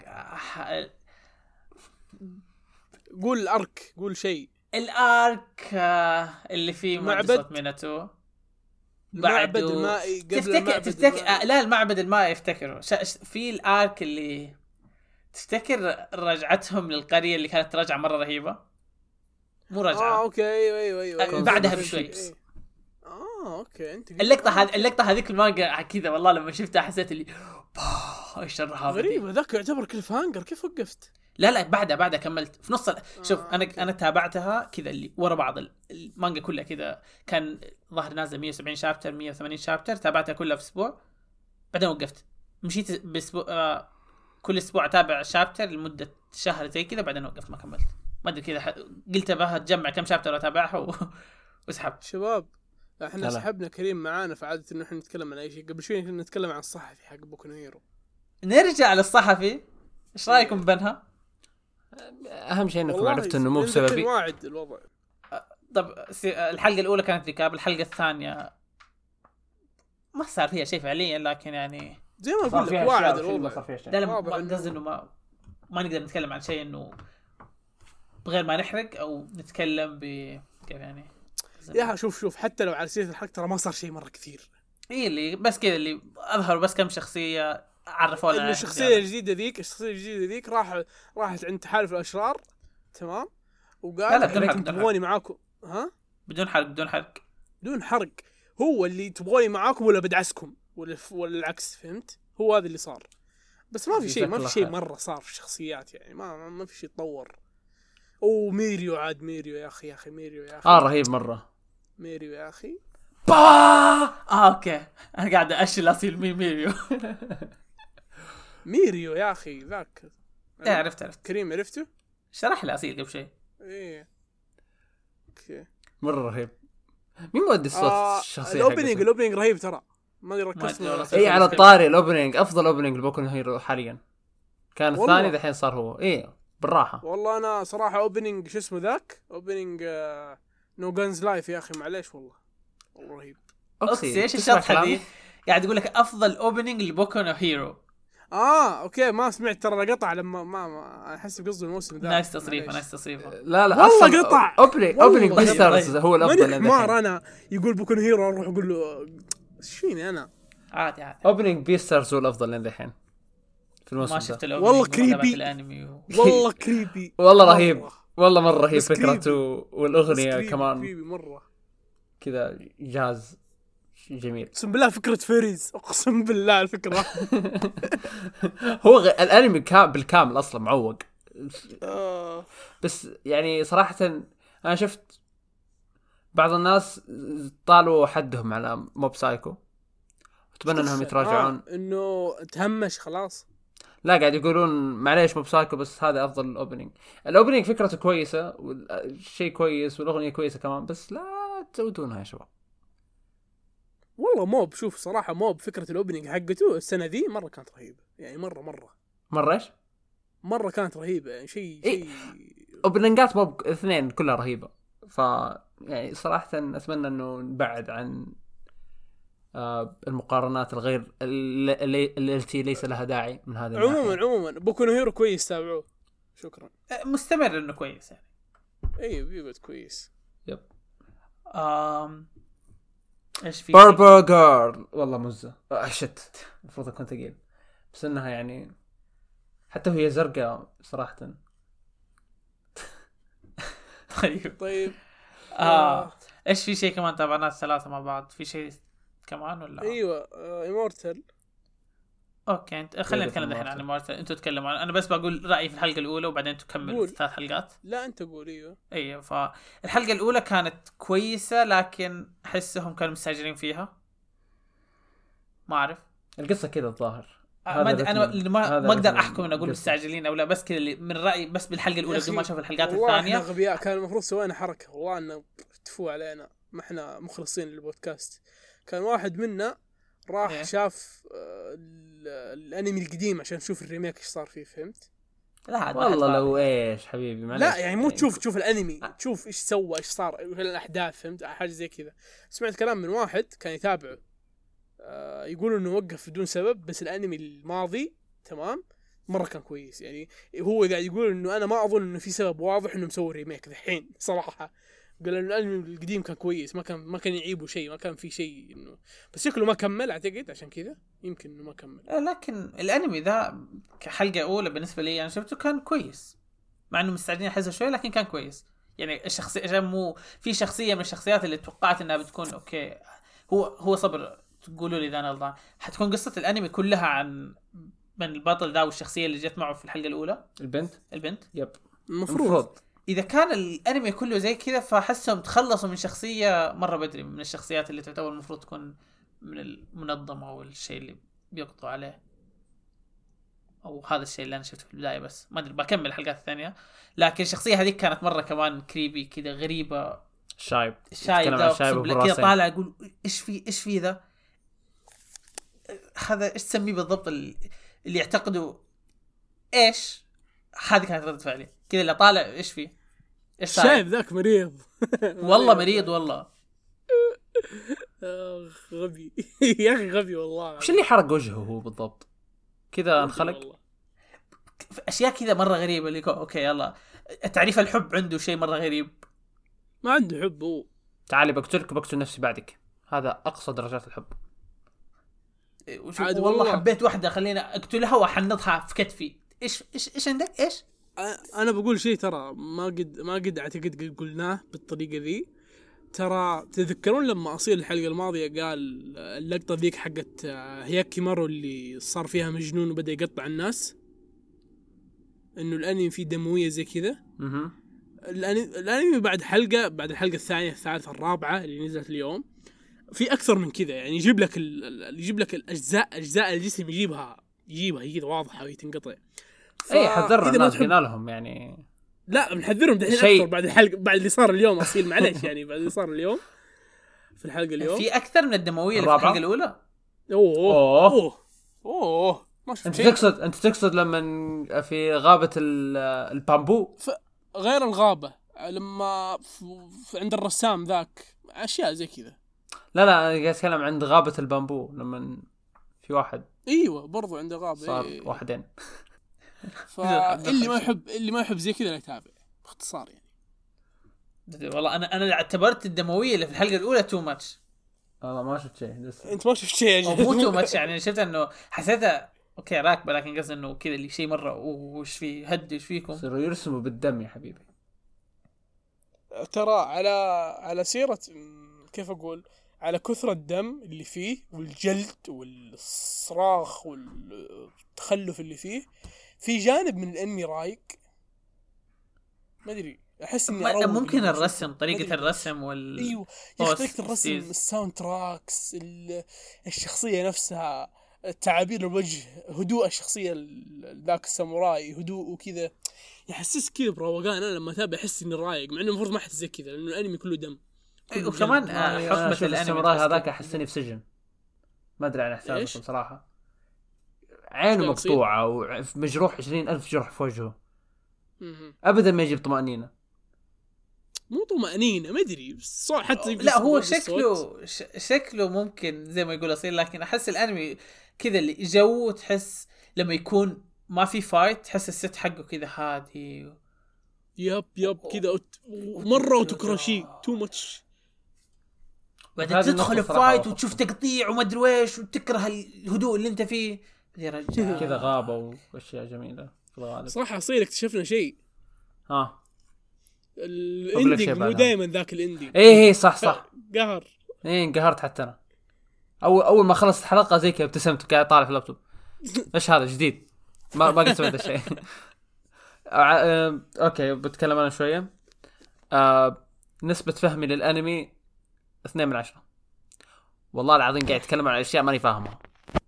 قول الارك، قول شيء. الارك اللي فيه معبد ميناتو، معبد المائي قبل تفتكر لا المعبد المائي افتكره. في الارك اللي تفتكر رجعتهم للقرية اللي كانت رجعة مرة رهيبة. مو رجعة اوكي ايوه بعدها بشوي. اوكي انت اللقطة هذيك المانجا كذا والله لما شفتها حسيت اللي ايش الرهابة غريبة. ذاك يعتبر كليف هانجر، كيف وقفت؟ لا بعدها كملت في نص شوف انا تابعتها كذا اللي ورا بعض المانجا كلها كذا، كان ظهر نازل 170 شابتر 180 شابتر، تابعتها كلها في اسبوع بعدين وقفت. مشيت باسبوع كل اسبوع اتابع شابتر لمده شهر زي كذا بعدين وقفت ما كملت. ما ادري كذا قلت بها تجمع كم شابتر واتابعها وسحبت. شباب احنا سحبنا كريم معانا، فعادة انه احنا نتكلم عن اي شيء. قبل شوي كنا نتكلم عن الصحفي حق بوكو نو هيرو. نرجع للصحفي، ايش رايكم بنها؟ اهم شيء انكم عرفتوا انه مو بسببي. واعد الوضع. طب الحلقه الاولى كانت ريكاب، الحلقه الثانيه ما صار فيها شيء فعليا، لكن يعني زي ما اقول لك واعد الوضع. لا ما قصدي انه ما نقدر نتكلم عن شيء انه بغير ما نحرق او نتكلم كيف يعني. يا شوف حتى لو على سيرة الحق ترى ما صار شيء مرة كثير. ايه اللي بس كذا اللي اظهروا بس كم شخصية عرفوا لنا الشخصية الجديدة ذيك راحت عند تحالف الأشرار، تمام، وقال لكم تبغوني معاكم. ها بدون حرق هو اللي تبغوني معاكم ولا بدعسكم ولا العكس، فهمت؟ هو هذا اللي صار. بس ما في شيء مرة صار في الشخصيات يعني، ما في شيء تطور. ميريو يا اخي ميريو يا اخي رهيب مرة ميريو يا اخي. اوكي انا قاعد اشيل اصيل ميريو يا اخي ذاك. عرفت كريم عرفته، شرح لي اصيل قبل شيء. ايه اوكي مرة رهيب. مين مودي الصوت الشخصية الاوبننج رهيب ترى، ما ركزت. ايه على الطاري الاوبننج افضل اوبننج لبوكو نو هيرو حاليا، كان الثاني دحين صار هو. ايه بالراحة والله انا صراحة اوبننج شو اسمه ذاك اوبننج نو جانز لايف يا اخي معليش والله رهيب. اوكسي ايش الشطحة دي؟ قاعد يقول لك افضل اوبننج لبوكو نو هيرو. اوكي ما سمعت ترى قطع لما ما احس بقصد الموسم ذا. نايس تصريفه لا والله قطع اوبننج بيسترز هو الافضل. ما انا يقول بوكو نو هيرو اروح اقول له ايش فيني انا عادي اوبننج بيسترز هو الافضل لين الحين في الموسم. ما شفت والله كريبي والله كريبي والله رهيب والله مرة رهيب فكرته والاغنية كمان كريبي مرة كذا جاز جميل. اقسم بالله فكرة فيريز، اقسم بالله الفكرة. هو الانمي بالكامل اصلا معوق. بس يعني صراحة انا شفت بعض الناس طالوا حدهم على موب سايكو، اتمنى انهم يتراجعون. انه تهمش خلاص. لا قاعد يقولون معليش موب سايكو بس هذا افضل الاوبننج فكرته كويسة والشيء كويس والاغنية كويسة كمان، بس لا تزودونها يا شباب. والله موب شوف صراحة موب فكرة الأوبننج حقته السنة ذي مرة كانت رهيبة يعني مرة إيش؟ مرة كانت رهيبة يعني شيء أوبننجات موب اثنين كلها رهيبة. يعني صراحة أتمنى إنه نبعد عن المقارنات الغير التي ليس لها داعي من هذا. عموما بوكو نو هيرو كويس تابعوه. شكرا. مستمر إنه كويس يعني. بيبت كويس. يب. ايش في برجر والله مزة شت المفروض اكون ثقيل بس انها يعني حتى وهي زرقاء صراحة. طيب ايش في شيء كمان تابعناه الثلاثة مع بعض؟ في شيء كمان ولا؟ ايوه ايمورتال. اوكي خلينا نتكلم الحين عن ايمورتال. انتوا تتكلموا انا بس بقول رايي في الحلقة الاولى وبعدين تكمل الثلاث حلقات. لا انت قول. ايوه فالحلقة الاولى كانت كويسة لكن احسهم كانوا مستعجلين فيها. ما اعرف القصة كذا الظاهر. انا ما اقدر احكم ان اقول مستعجلين او لا، بس كذا من رايي بس بالحلقة الاولى بدون ما اشوف الحلقات الثانية. والله غبياء، كان المفروض سوينا حركة والله انه تفوا علينا، ما احنا مخلصين للبودكاست. كان واحد منا راح شاف الانمي القديم عشان نشوف الريميك ايش صار فيه، فهمت؟ لا والله لو ايش حبيبي معلش. لا يعني مو تشوف الانمي تشوف ايش سوى ايش صار الاحداث، فهمت؟ حاجه زي كذا. سمعت كلام من واحد كان يتابعه يقولوا انه وقف بدون سبب، بس الانمي الماضي تمام مره كان كويس. يعني هو قاعد يقول انه انا ما اظن انه في سبب واضح انه مسوي ريميك الحين صراحه. قال انه الانمي القديم كان كويس، ما كان يعيبه شيء، ما كان في شيء انه، بس شكله ما كمل اعتقد عشان كذا يمكن انه ما كمل. لكن الانمي ذا كحلقه اولى بالنسبه لي انا شفته كان كويس، مع انه مستعجلين احسه شوي لكن كان كويس. يعني الشخصيه مو في شخصيه من الشخصيات اللي توقعت انها بتكون اوكي. هو صبر تقولوا لي اذا انا غلطان، حتكون قصه الانمي كلها عن بين البطل ده والشخصيه اللي جت معه في الحلقه الاولى. البنت يب المفروض اذا كان الانمي كله زي كذا فحسهم تخلصوا من شخصيه مره بدري من الشخصيات اللي تعتبر المفروض تكون من المنظمه او الشيء اللي بيقضوا عليه، او هذا الشيء اللي انا شفته في البدايه. بس ما ادري بكمل الحلقات الثانيه، لكن الشخصيه هذيك كانت مره كمان كريبي كذا غريبه. الشايب ده كذا طالع اقول ايش في ذا، هذا ايش تسميه بالضبط اللي يعتقدوا ايش. هذه كانت ردة فعلي كذا اللي طالع ايش فيه، ايش شايف ذاك مريض. والله مريض والله. غبي يا اخي غبي والله. وش اللي حرق وجهه هو بالضبط كذا انخلق اشياء كذا مره غريبه اللي اوكي يلا تعريف الحب عنده شيء مره غريب. ما عنده حب هو. تعالي بقتلك وبقتل نفسي بعدك، هذا اقصى درجات الحب. والله حبيت واحده خلينا اقتلها واحنطها في كتفي. ايش عندك ايش؟ انا بقول شيء ترى ما قد اعتقد قلناه بالطريقه ذي. ترى تذكرون لما اصيل الحلقه الماضيه قال اللقطه ذيك حقت هياكي مارو اللي صار فيها مجنون وبدا يقطع الناس، انه الانمي فيه دمويه زي كذا. الانمي بعد الحلقه الثانيه الثالثه الرابعه اللي نزلت اليوم في اكثر من كذا، يعني يجيب لك اجزاء الجسم يجيبها كذا واضحه وهي تنقطع. اي حذرنا الناس قلنا لهم يعني لا بنحذرهم دحين اكثر بعد الحلقه، بعد اللي صار اليوم اصيل معلش يعني بعد اللي صار اليوم في الحلقه اليوم في اكثر من الدمويه اللي في الحلقه الاولى. اوه ما شفت انت تقصد لما في غابه البامبو غير الغابه لما عند الرسام ذاك اشياء زي كذا. لا انا قاعد اتكلم عند غابه البامبو لما في واحد ايوه برضو عند غابه صار واحدين. اللي ما يحب زي كذا لا يتابع باختصار يعني. والله انا اعتبرت الدمويه اللي في الحلقه الاولى تو ماتش. والله ما شفت شيء لسه. انت ما شفت شيء مو تو ماتش يعني شفت انه حسيتها اوكي راكبه، لكن قصدي انه كذا اللي شيء مره وش في هد وش فيكم صاروا يرسموا بالدم يا حبيبي. ترى على سيره كيف اقول على كثرة الدم اللي فيه والجلد والصراخ والتخلف اللي فيه، في جانب من الانمي رايق ما ادري احس اني ممكن الرسم طريقه الرسم ايوه يا اخي طريقه الرسم الساوند تراكس الشخصيه نفسها تعابير الوجه هدوء الشخصيه ذاك الساموراي هدوء وكذا يحسس كذا بروقان. انا لما اتابع احس اني رايق مع انه المفروض ما احس زي كذا لانه الانمي كله دم. وكمان حكمة الساموراي هذاك احسني في سجن ما ادري عن احساسكم صراحه. عينه مقطوعه ومجروح 20,000 جرح في وجهه ابدا ما يجيب طمأنينة. مو طمأنينة ما ادري حتى لا هو شكله ممكن زي ما يقول اصيل، لكن احس الانمي كذا اللي جو تحس لما يكون ما في فايت تحس الست حقه كذا هادي يب كذا مره وتكرشي تو ماتش. بعدين تدخل فايت وتشوف تقطيع وما ادري ايش وتكره الهدوء اللي انت فيه يا رجال. كذا غابه واشياء جميله في الغالب. صح اصيل اكتشفنا شيء الاندينج مو دائما ذاك الاندينج. ايه صح قهر. انقهرت حتى انا اول ما خلصت الحلقه زي كذا ابتسمت قاعد طالع في اللابتوب ايش هذا جديد ما قلت هذا الشيء. اوكي بتكلم انا شويه. نسبه فهمي للانمي 2/10. والله العظيم قاعد اتكلم عن اشياء ماني فاهمها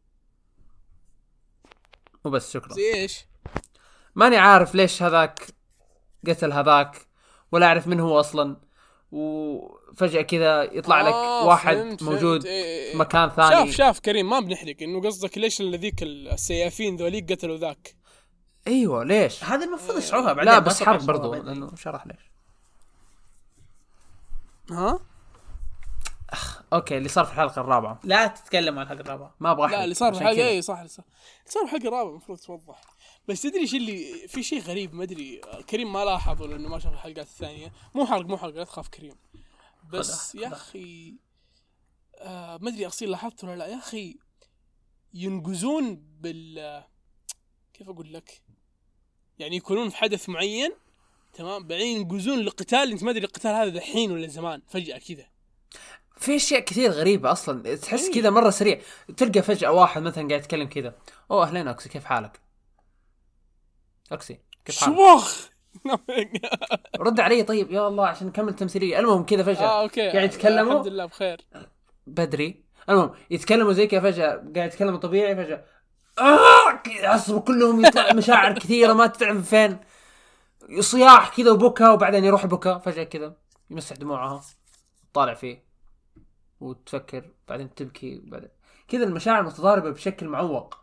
وبس. شكرا. زي ايش؟ ماني عارف ليش هذاك قتل هذاك ولا اعرف من هو اصلا، وفجأة كذا يطلع لك واحد موجود في مكان ثاني. شاف كريم ما بنحرق انه قصدك ليش الذيك السيافين ذوليك قتلوا ذاك. ايوه ليش هذا المفروض يشرحوها بعدين. لا بس حرق برضو لانه شرح ليش. اوكي اللي صار في الحلقه الرابعه لا تتكلم عن الحلقه الرابعه ما ابغى. لا اللي صار في الحلقه اي صح اللي صار في الحلقه الرابعه المفروض توضح. بس تدري ايش اللي في شيء غريب ما ادري كريم ما لاحظ لانه ما شاف الحلقات الثانيه. مو حرق لا تخاف كريم. بس يا اخي ما ادري اصيل لاحظت ولا لا يا اخي ينقزون كيف اقول لك يعني يكونون في حدث معين تمام بعدين ينقزون لقتال انت ما ادري القتال هذا دحين ولا زمان فجأة كذا. في اشياء كثير غريبه اصلا، تحس كذا مره سريع. تلقى فجاه واحد مثلا قاعد يتكلم كذا، اهلين اكسي كيف حالك؟ اكسي كيف حالك؟ شوخ رد علي طيب يا الله عشان نكمل تمثيليه. المهم كذا فجاه اوكي قاعد يتكلموا الحمد لله بخير بدري. المهم يتكلموا زي كذا فجاه قاعد يتكلموا طبيعي فجاه يعصبوا كلهم، يطلع مشاعر كثيره ما تعرف فين، صياح كذا وبكى، وبعدين يروح البكاء فجاه كذا يمسح دموعها طالع فيه وتفكر، بعدين تبكي، بعدين كذا المشاعر متضاربه بشكل معوق.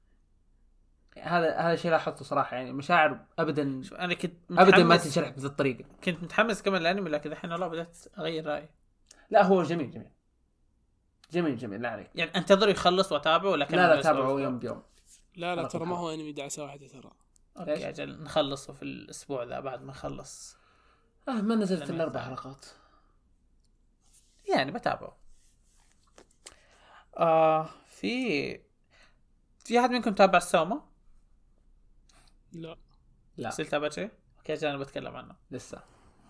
هذا شيء لاحظته صراحه، يعني مشاعر ابدا انا كنت ابدا ما تنشرح بهذه الطريقه. كنت متحمس كمان الانمي، لكن الحين والله بدأت اغير رايي. لا هو جميل لا عليك. يعني انتظر يخلص واتابعه، ولكن لا تابعه يوم بيوم. لا ترى ما هو انمي دعسه واحده ترى. اوكي اجل نخلصه في الاسبوع ذا بعد ما نخلص. ما نزلت الا 4 حلقات يعني بتابعه. في احد منكم تابع السوما؟ لا سيل تابع شيء؟ اوكي انا بتكلم عنه لسه.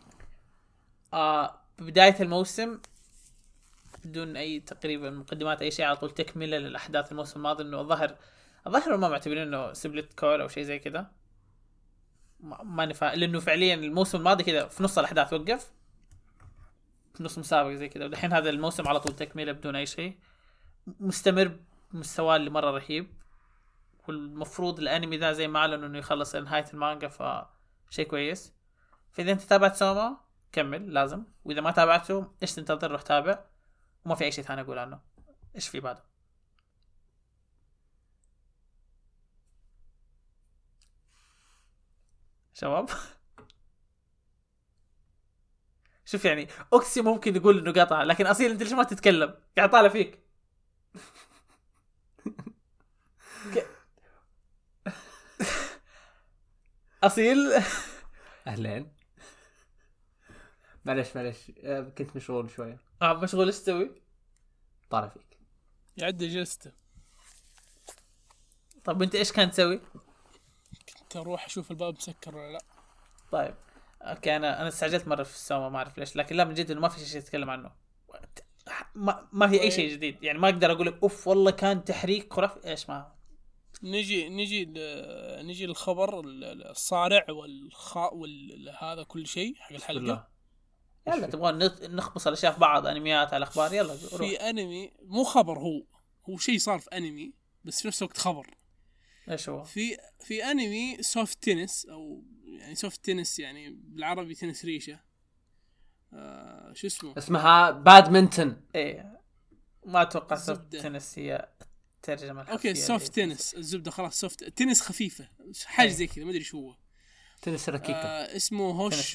ببداية الموسم بدون اي تقريبا مقدمات اي شيء، على طول تكمله للاحداث الموسم الماضي. انه الظاهر ما معتبرين انه سبلت كور او شيء زي كذا، ما نفع، لانه فعليا الموسم الماضي كذا في نص الاحداث وقف في نص مسابقه زي كذا، ودحين هذا الموسم على طول تكمله بدون اي شيء، مستمر بمستوى اللي مره رهيب. والمفروض الانمي ذا زي ما اعلنوا انه يخلص نهايه المانجا، فشيء كويس. فاذا انت تابعت سوما كمل لازم، واذا ما تابعته ايش تنتظر؟ روح تابع، وما في اي شيء ثاني اقول عنه. ايش في بعده؟ شباب شوف يعني اوكسي ممكن يقول انه قطع، لكن اصيل انت ليش ما تتكلم؟ قاعد طالع فيك اصيل اهلين معلش كنت مشغول شويه. مشغول. ايش تسوي؟ طالع فيك يعد جلسته. طب انت ايش كان تسوي؟ كنت اروح اشوف الباب مسكر ولا لا. طيب اوكي انا استعجلت مره في السوما، ما اعرف ليش، لكن لا من جد انه ما في شيء اتكلم عنه. ما في اي شيء جديد، يعني ما اقدر اقول لك اوف والله كان تحريك خرافي ايش. ما نجي للخبر الصارع هذا كل شيء حق الحلقه. يلا تبغى نخبص الاشياء في بعض، انميات على اخبار، يلا روح. في انمي مو خبر، هو شيء صار في انمي بس في نفس الوقت خبر. ايش هو؟ في انمي سوفت تنس، او يعني سوفت تنس يعني بالعربي تنس ريشه. شو اسمها بادمنتون. ايه ما اتوقع سوفت تنس هي الترجمه الحرفيه. اوكي سوفت تنس الزبده خلاص، سوفت تنس خفيفه حاجه زي كذا ما ادري شو هو. تنس ركيكه. اسمه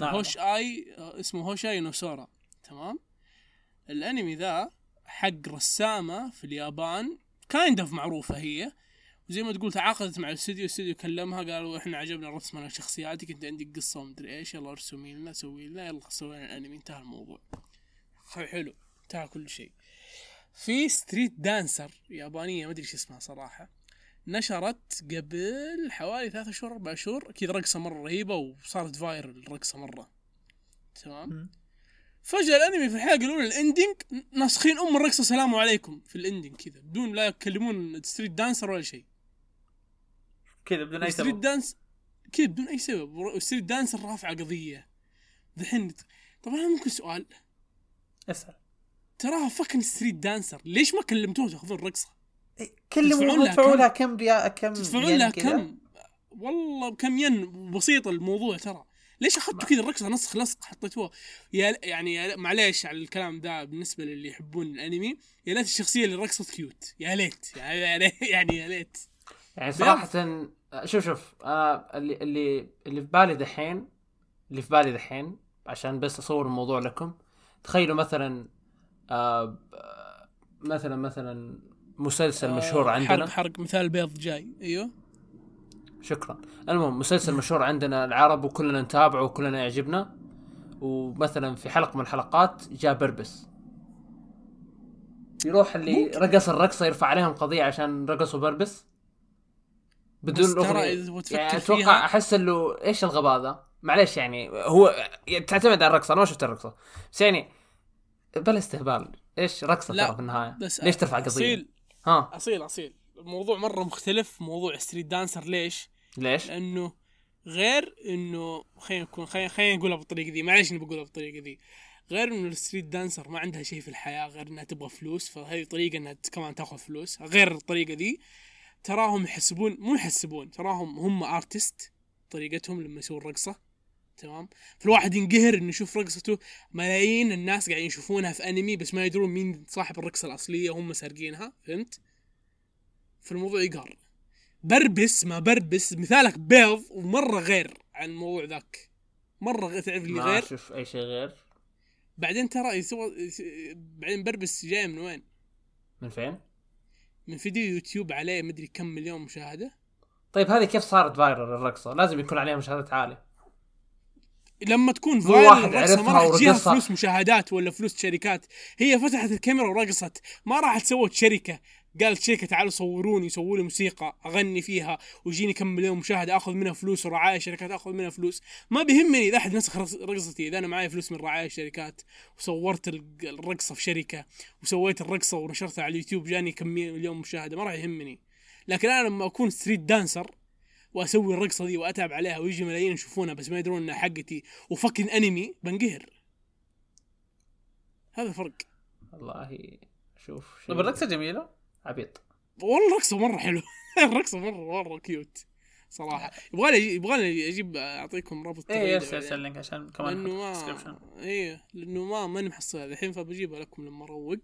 هوشاي نوسورا. تمام. الانمي ذا حق رسامه في اليابان كايند اوف معروفه هي، وزي ما تقول تعاقدت مع الاستوديو كلمها قالوا احنا عجبنا الرسم على شخصياتك، انت عندك قصه ومدري ايش، يلا ارسمي لنا سوي لنا، يلا سوينا الانمي، انتهى الموضوع. حلو انتهى كل شيء. في ستريت دانسر يابانيه ما ادري ايش اسمها صراحه، نشرت قبل حوالي 3 شهور 4 شهور كذا رقصه مره رهيبه وصارت فايرل الرقصه مره. تمام. فجأة الانمي في الحلقه الاولى الاندنج ناسخين الرقصه سلام عليكم في الاندنج كذا بدون لا يكلمون ستريت دانسر ولا شيء كذا بدون اي سبب. ستريت دانس كذا بدون اي سبب. ستريت دانسر رافعه قضيه. الحين طبعا ممكن سؤال اسال، تراها فكن ستريت دانسر ليش ما كلمتوه تاخذون الرقصه؟ كلموا تدفعوا لها كم تدفعون لها كم والله كم ين بسيط الموضوع ترى. ليش اخذتوا كذا الرقصه نسخ لصق حطيتوها؟ يعني معليش على الكلام ده بالنسبه للي يحبون الانمي، يا ليت الشخصيه اللي رقصت كيوت، يا ليت يعني يا ليت. يعني صراحه شوف اللي في بالي دحين عشان بس اصور الموضوع لكم. تخيلوا مثلا مثلا مسلسل مشهور عندنا، حرق مثال بيض جاي. ايوه شكرا. المهم مسلسل مشهور عندنا العرب وكلنا نتابعه وكلنا يعجبنا، ومثلا في حلقة من الحلقات جاء بربس، يروح اللي رقص الرقصة يرفع عليهم قضية عشان رقصوا بربس بدون أغنية. يعني أتوقع أحس إنه إيش الغباء ذا. معليش يعني هو تعتمد على الرقصة، أنا ما شفت الرقصة بس يعني بلا استهبال ايش رقصه لا، ترى في النهايه، بس ليش ترفع قضيه؟ أصيل ها أصيل الموضوع مرة مختلف. موضوع ستريت دانسر ليش؟ ليش؟ لأنه غير إنه خلينا نقولها بالطريقة دي، معليش إني بقولها بالطريقة دي. غير إنه الستريت دانسر ما عندها شيء في الحياة غير إنها تبغى فلوس، فهذه طريقة إنها كمان تأخذ فلوس. غير الطريقة دي تراهم مو يحسبون، تراهم هم ارتست طريقتهم لما يسوون رقصة. تمام. فالواحد ينقهر انه يشوف رقصته، ملايين الناس قاعدين يشوفونها في انمي بس ما يدرون مين صاحب الرقصة الاصلية، هم سارقينها. فهمت؟ فالموضوع يقهر. بربس ما بربس مثالك بيض، ومرة غير عن الموضوع ذاك، مرة غير. تعرف اللي ما غير اشوف اي شيء غير. بعدين ترى بعدين بربس جاي من وين؟ من فين؟ من فيديو يوتيوب عليه مدري كم مليون مشاهدة. طيب هذه كيف صارت فايرل الرقصة؟ لازم يكون عليها مشاهدات عالية. لما تكون مو واحد فايرل الرقصة ما عرفها راح تجيها ورقصها. فلوس مشاهدات ولا فلوس شركات. هي فتحت الكاميرا ورقصت، ما راحت سوت شركة قالت شركة تعالوا صوروني، سووا لي موسيقى اغني فيها ويجيني كم مليون مشاهدة اخذ منها فلوس، ورعاية شركات اخذ منها فلوس. ما بيهمني اذا احد نسخ رقصتي، اذا انا معايا فلوس من رعاية شركات وصورت الرقصة في شركة وسويت الرقصة ونشرتها على اليوتيوب جاني كم مليون مشاهدة، ما راح يهمني. لكن انا لما اكون ستريت دانسر واسوي الرقصه دي واتعب عليها ويجي ملايين يشوفونها بس ما يدرون انها حقتي وفكن انمي، بنقهر. هذا فرق. والله شوف طب الرقصة جميلة. عبيط. والله الرقصه مره حلوه. الرقصه مره كيوت صراحه. يبغالي اجيب اعطيكم رابط ايه تغريدة ارسل لينك عشان كمان لانه نحط في الديسكربشن. لانه ما محصلها الحين، فبجيبها لكم لما اروق.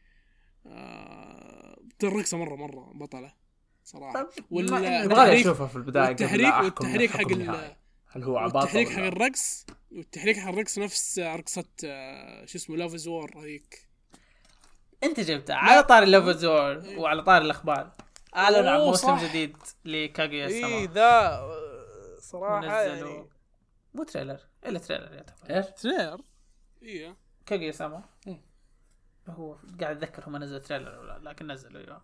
الرقصه مره بطله صراحه. نبغى نشوفها في البداية والتحريك حق هل هو عباطة التحريك حق الرقص، والتحريك حق الرقص نفس رقصة شو اسمه لاف زور هذيك. انت جبتها على طار اللوفزور وعلى طار الاخبار. اعلنوا عن موسم جديد لكاغويا ساما. ايه ذا صراحة يعني مو تريلر الا تريلر يعتبر. ايش؟ تريلر. ايه كاغويا ساما. إيه. هو قاعد اتذكر هم نزلوا تريلر ولا لكن نزلوا ايوه.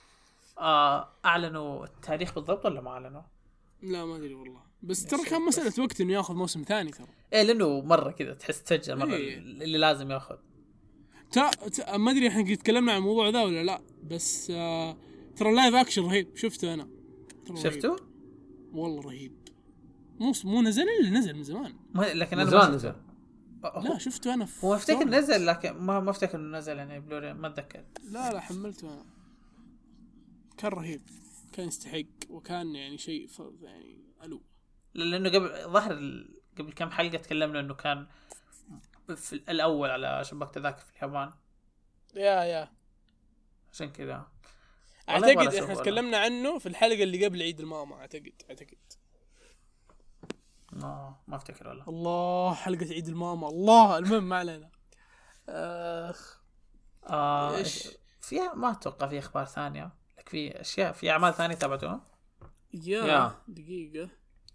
اعلنوا التاريخ بالضبط ولا ما اعلنوا؟ لا ما ادري والله، بس ترى كان مسألة وقت انه ياخذ موسم ثاني ترى. ايه لانه مره كذا تحس تسجل مره إيه. اللي لازم ياخذ. ما ادري احنا تكلمنا عن الموضوع ذا ولا لا، بس ترى لايف اكشن رهيب. شفته انا. شفته؟ والله رهيب. مو نزل الا نزل من زمان. لكن انا زمان نزل. لا شفته انا هو افتكر نزل لكن ما افتكر انه نزل يعني بلوري ما اتذكر. لا حملته انا. كان رهيب، كان يستحق، وكان يعني شيء يعني الو. لانه قبل كم حلقه تكلمنا انه كان في الاول على شبكة تذاكر في اليابان. يا عشان كذا اعتقد احنا تكلمنا عنه في الحلقه اللي قبل عيد الماما. اعتقد ما افتكر والله. الله حلقه عيد الماما. الله المهم ما علينا. ايش فيها؟ ما اتوقع في اخبار ثانيه، لك في اشياء في اعمال ثانيه تابعتوها. يا دقيقه.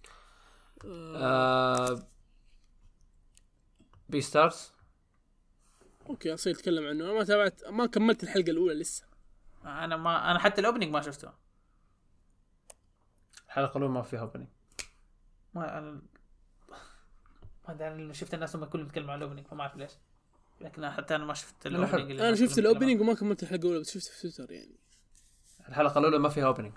بي ستارز. اوكي اصير اتكلم عنه. انا ما تابعت، ما كملت الحلقه الاولى لسه. انا حتى الاوبننج ما شفته. الحلقه الاولى ما فيها اوبننج. ما انا شفت الناس هم كلهم يتكلموا عن الاوبننج فما اعرف ليش، لكن حتى انا ما شفت الاوبننج. انا شفت الاوبننج وما كملت الحلقه الاولى، بس شفته في تويتر يعني. الحلقه الاولى ما فيها اوبننج.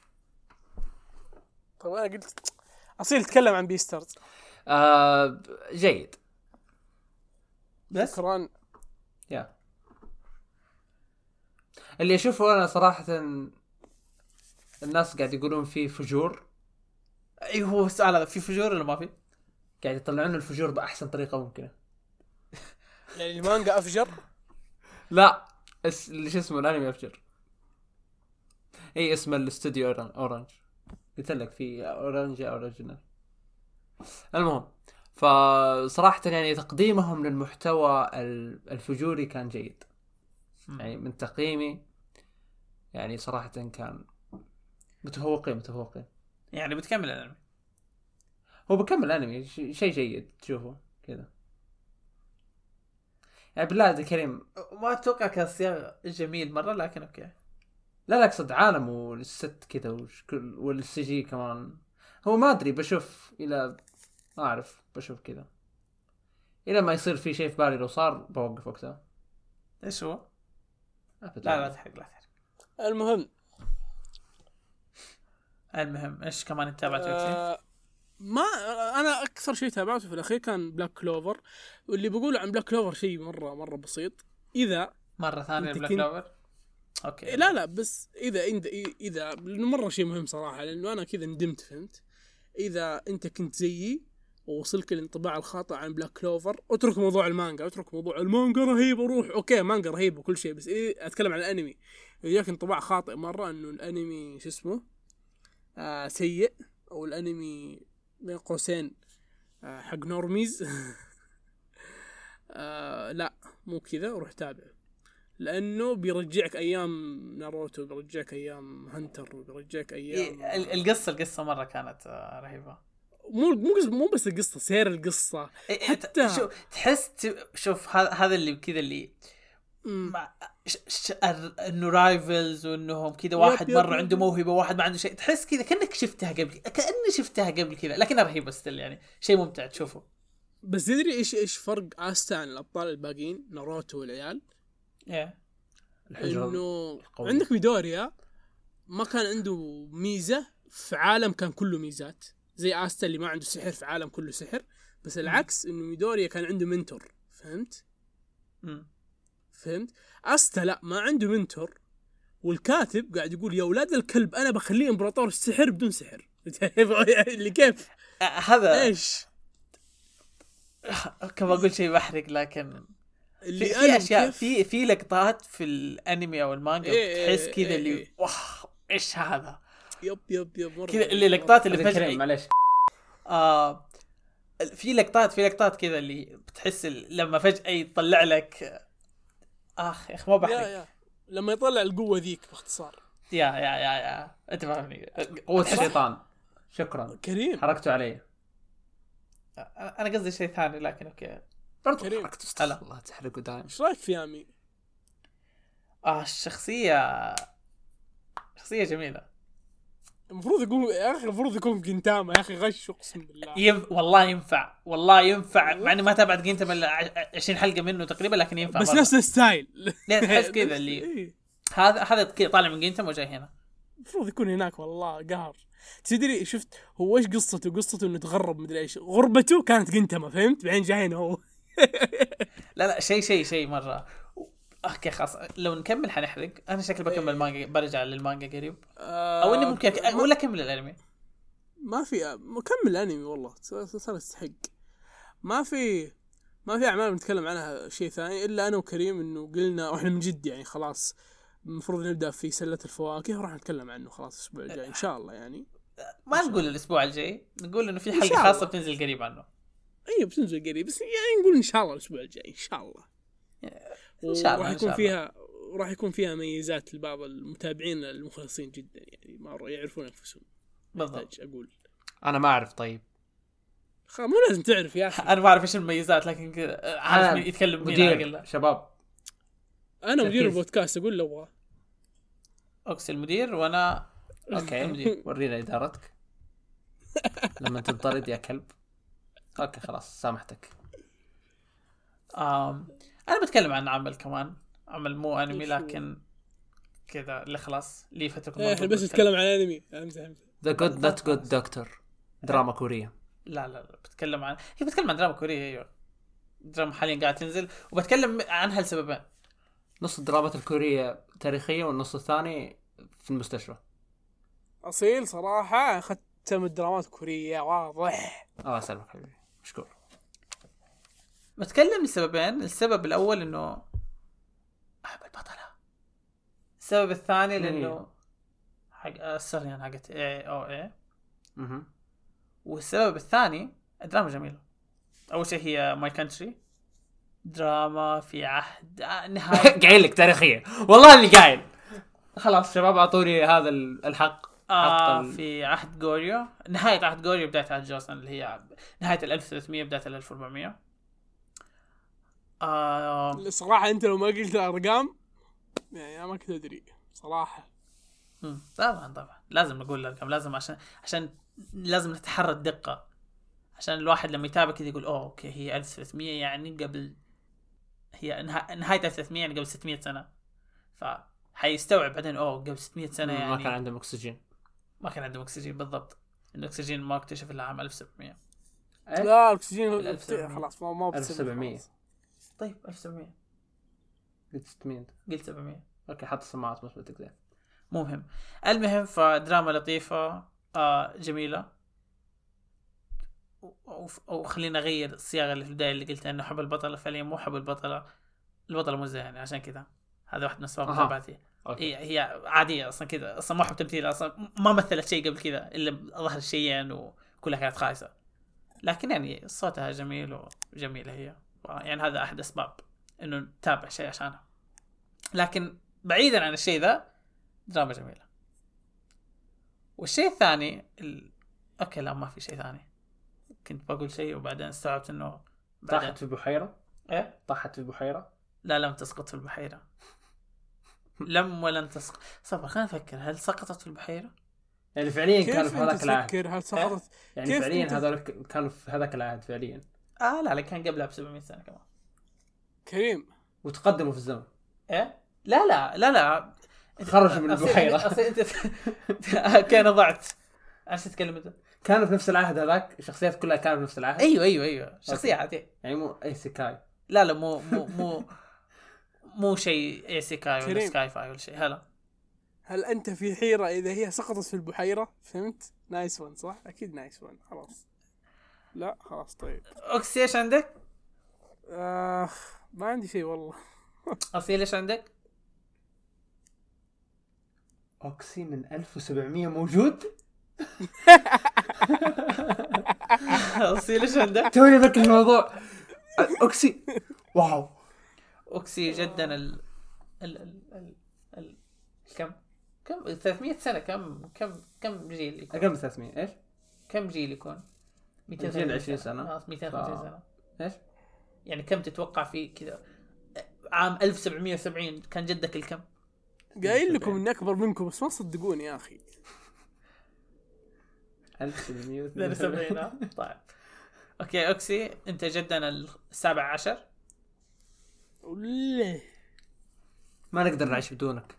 طيب انا قلت اصير اتكلم عن بيسترز. جيد بس شكرا. يا اللي اشوفه انا صراحه الناس قاعد يقولون فيه فجور. ايوه هو السؤال هذا، في فجور ولا ما في؟ قاعد يطلعون الفجور باحسن طريقه ممكنه. يعني المانجا افجر؟ لا اللي شو اسمه الانمي افجر. اي اسمه الاستوديو اورنج. قلت لك في اورنج اوريجينال. المهم فصراحه يعني تقديمهم للمحتوى الفجوري كان جيد. يعني من تقييمي يعني صراحه كان متفوقين. يعني بتكمل الانمي؟ هو بكمل انمي شيء جيد تشوفه كذا يعني. بالله يا كريم ما اتوقع كصياغه جميل مره، لكن اوكي. لا اقصد عالم والست كذا والسي جي كمان. هو ما ادري بشوف الى ما اعرف بشوف كذا الى ما يصير في شيء في بالي. لو صار بوقف وقتها. ايش هو؟ أبد لا تحرق. المهم ايش كمان انت تابعته؟ ما انا اكثر شيء تابعته في الاخير كان بلاك كلوفر، واللي بقوله عن بلاك كلوفر شيء مره بسيط. اذا مرة ثانية بلاك كلوفر. اوكي لا بس اذا مره شيء مهم صراحه، لانه انا كذا ندمت، فهمت؟ اذا انت كنت زيي ووصلك الانطباع الخاطئ عن بلاك كلوفر، اترك موضوع المانجا، اترك موضوع المانجا رهيب وروح اوكي مانجا رهيب وكل شيء، بس اتكلم عن الانمي. يجيك انطباع خاطئ مره انه الانمي شو اسمه سيء، او الانمي بين قوسين حق نورميز. لا مو كذا، روح تابع، لانه بيرجعك ايام ناروتو، بيرجعك ايام هنتر، وبيرجعك ايام القصة مرة كانت رهيبة. مو بس القصة، سير القصة حتى تحس شوف هذا اللي كذا اللي انه رايفلز، وانهم كذا واحد مرة عنده موهبة وواحد ما عنده شيء، تحس كذا كأنك شفتها قبل كذا، لكنها رهيبة ستيل، يعني شيء ممتع تشوفه. بس تدري ايش فرق آستا عن الابطال الباقيين ناروتو والعيال؟ انه عندك ميدوريا ما كان عنده ميزة في عالم كان كله ميزات، زي آستا اللي ما عنده سحر في عالم كله سحر، بس العكس انه ميدوريا كان عنده منتور، فهمت؟ آستا لا ما عنده منتور، والكاتب قاعد يقول يا اولاد الكلب انا بخليه امبراطور السحر بدون سحر. اللي كيف هذا ايش كما اقول شيء بحرق، لكن اللي في اشياء في لقطات في الانمي او المانجا تحس كذا اللي واو ايش هذا. يب كذا اللي لقطات اللي فجأة معلش في لقطات كذا اللي بتحس لما فجأة يطلع لك يا اخي ما بحرق لما يطلع القوة ذيك باختصار. يا انت فاهمني، قوة الشيطان. شكرا كريم، حركته علي. انا قصدي شيء ثاني، لكن اوكي برضو حركته. الله تحرقه دائما. ايش رايك في يامي؟ الشخصية جميلة. المفروض يكون يا اخي، المفروض يكون جنتاما يا اخي، غش اقسم بالله. والله ينفع مع اني ما تابعت جنتاما 20 حلقة منه تقريبا، لكن ينفع بس نفس الستايل. تحس كذا اللي هذا كذا طالع من جنتاما وجاي هنا. المفروض يكون هناك، والله قهر. تدري شفت هو ايش قصته انه تغرب مدري ايش، غربته كانت جنتاما، فهمت؟ بعدين جاي هنا هو. لا شيء مرة. اوكي خلاص لو نكمل حنحرق. انا شكلي بكمل المانجا، برجع للمانجا قريب او اني ممكن ولا اكمل الانمي. ما في مكمل الانمي والله صار يستحق. ما في اعمال بنتكلم عنها شيء ثاني الا انا وكريم انه قلنا واحنا من جد يعني خلاص المفروض نبدا في سلة الفواكه، وراح نتكلم عنه خلاص الاسبوع الجاي ان شاء الله. يعني ما نقول الاسبوع الجاي، نقول انه في حلقة خاصة بتنزل قريب عنه. ايوه بتنزل قريب، بس يعني نقول ان شاء الله الاسبوع الجاي ان شاء الله. راح يكون فيها ميزات لبعض المتابعين المخلصين جدا، يعني ما يعرفون انفسهم. بالضبط. اقول انا ما اعرف. طيب مو لازم تعرف يا اخي. انا ما اعرف ايش المميزات، لكن عارف مين يتكلم مين مدير شباب. انا مدير البودكاست، اقول لو اقصي المدير وانا اوكي المدير. ورينا ادارتك لما تنطرد يا كلب. اوكي خلاص سامحتك. انا بتكلم عن عمل مو انمي، لكن كذا اللي خلاص لي فتره. احنا بس نتكلم عن انمي. The Good Not Good Doctor، دراما كورية. لا بتكلم عن دراما كورية. ايوه دراما حاليا قاعد تنزل، وبتكلم عنها لسببين. نص الدرامات الكورية تاريخية، والنص الثاني في المستشفى. اصيل صراحة ختم الدرامات الكورية واضح. سلامك حبيبي، مشكور. بتكلم لسببين. السبب الاول انه احب البطلة. السبب الثاني لانه حق السريان حقت AOA. والسبب الثاني الدراما جميلة. اول شيء هي ماي كانتري، دراما في عهد نهاية قايل لك تاريخية والله اللي قايل. خلاص شباب اعطوني هذا الحق. في عهد غوريو، نهاية عهد غوريو بداية عهد جوسن، اللي هي نهاية 1300 بداية 1400. الصراحة انت لو ما قلت الارقام يعني انا ما كنت ادري صراحة. طبعا لازم نقول الارقام، لازم عشان لازم نتحرى الدقة، عشان الواحد لما يتابع كذا يقول اوكي هي 1300 يعني قبل هي نهاية 300 يعني قبل 600 سنة، فحيستوعب بعدين قبل 600 سنة يعني ما كان عندهم أكسجين. ما كان عندهم أكسجين بالضبط. الأكسجين ما اكتشف إلا عام 1700. لا الأكسجين 1700. خلاص ما 1700. طيب 1700 قلت 600. قلت 700. اوكي حط السماعات مش بتقدر. مهم. المهم فدراما لطيفة جميلة. وخلينا أغير الصياغة اللي في البداية اللي قلت إنه حب البطلة، فعليا مو حب البطلة مزة يعني، عشان كذا هذا واحد من أسباب متابعتي. هي عادية أصلا كذا، أصلا ما حب تمثيل، أصلا ما مثلت شيء قبل كذا إلا ظهر الشيئين وكلها كانت خايسة، لكن يعني صوتها جميل وجميلة هي، يعني هذا أحد أسباب إنه نتابع شيء عشانها. لكن بعيدا عن الشيء ذا دراما جميلة. والشيء الثاني أوكي لا ما في شيء ثاني، كنت بقول شيء وبعدين استوعبت إنه طاحت في بحيرة. إيه طاحت في بحيرة. لا لم تسقط في البحيرة. لم ولن تسقط. صبر خلينا نفكر، هل سقطت في البحيرة؟ يعني فعليا كانوا في هذاك العهد. هل سقطت؟ يعني فعليا هذول كانوا في هذاك العهد فعليا. لا كان قبلها ب700 سنة كمان. كريم وتقدموا في الزمن. إيه لا خرجوا من البحيرة. أنت كان ضعت عشان تتكلم أنت. كانوا في نفس العهد هذاك، الشخصيات كلها كانوا في نفس العهد. ايوه شخصية عادية يعني مو اي سكاي. لا مو شيء ايسيكاي ولا كريم. سكاي فاي ولا شيء. هل انت في حيرة اذا هي سقطت في البحيرة؟ فهمت؟ نايس ون صح؟ اكيد نايس ون. خلاص لا خلاص طيب. اوكسي ايش عندك؟ ما عندي شيء والله. اصيل ايش عندك؟ اوكسي من 1700 موجود. اصيل ايش عندك؟ توني فكر الموضوع. اوكسي واو. اوكسي جدا كم 300 سنة. كم جيل يكون؟ اقل من 300 ايش؟ كم جيل يكون؟ 220 سنة. 250 سنة. ايش؟ يعني كم تتوقع في كذا عام 1770 كان جدك الكم؟ قايل لكم اني اكبر منكم بس ما تصدقوني يا اخي. 1772. طيب اوكي اوكسي انت جدنا ال17. وليه ما نقدر نعيش بدونك.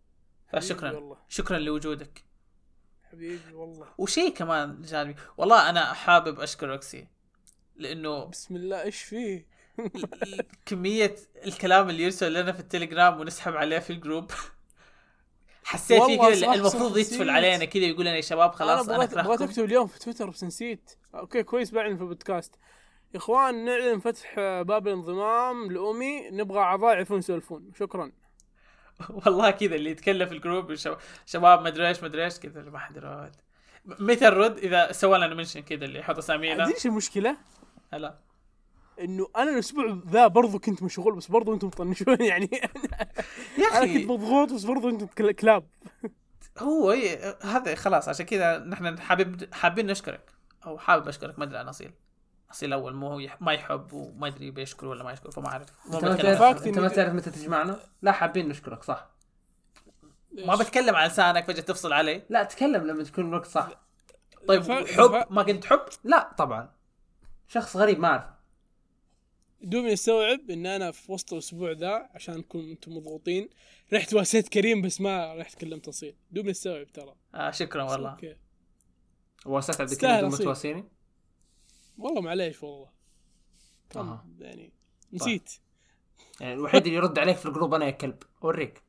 شكرا لوجودك حبيبي والله. وشيء كمان جانبي والله انا حابب اشكر اوكسي لانه بسم الله ايش فيه كمية الكلام اللي يرسل لنا في التليجرام ونسحب عليه في الجروب. حسيت فيه كذا المفروض يتفل علينا كذا يقول لنا يا شباب خلاص انا بغيت اكتب اليوم في تويتر بس نسيت. اوكي كويس بعلن في البودكاست. يا اخوان نعلن فتح باب الانضمام لأمي، نبغى اعضاء يعرفون يسولفون. شكرا. والله كذا اللي يتكلم في الجروب شباب ما ادري ايش كذا ما حد يرد. متى الرد؟ اذا سوى لنا منشن كذا اللي يحط اسامينا. ايش المشكله؟ هلا انه انا الاسبوع ذا برضو كنت مشغول بس برضو انتم مطنشون يعني. يا اخي انا كنت مضغوط بس برضو انتم كلاب. هو هذا خلاص عشان كذا نحن حابين نشكرك او حابب اشكرك. ما ادري انا اصيل اول مو هو ما يحب وما ادري بيشكر ولا ما يشكر فما اعرف. انت ما تعرف متى تجمعنا. لا حابين نشكرك صح. ما بتكلم على لسانك فجأة تفصل علي. لا تكلم لما تكون الوقت صح. طيب حب ما كنت حب؟ لا طبعا شخص غريب ما اعرف. دوبي استوعب ان انا في وسط الاسبوع ذا عشان انتم مضغوطين رحت واسيت كريم بس ما رحت كلمت اصيل. دوبي استوعب ترى. شكرا والله. اوكي واسيت عبد الكريم دوم تواسيني. والله معليش والله. يعني نسيت. يعني الوحيد اللي يرد عليك في الجروب انا يا كلب. اوريك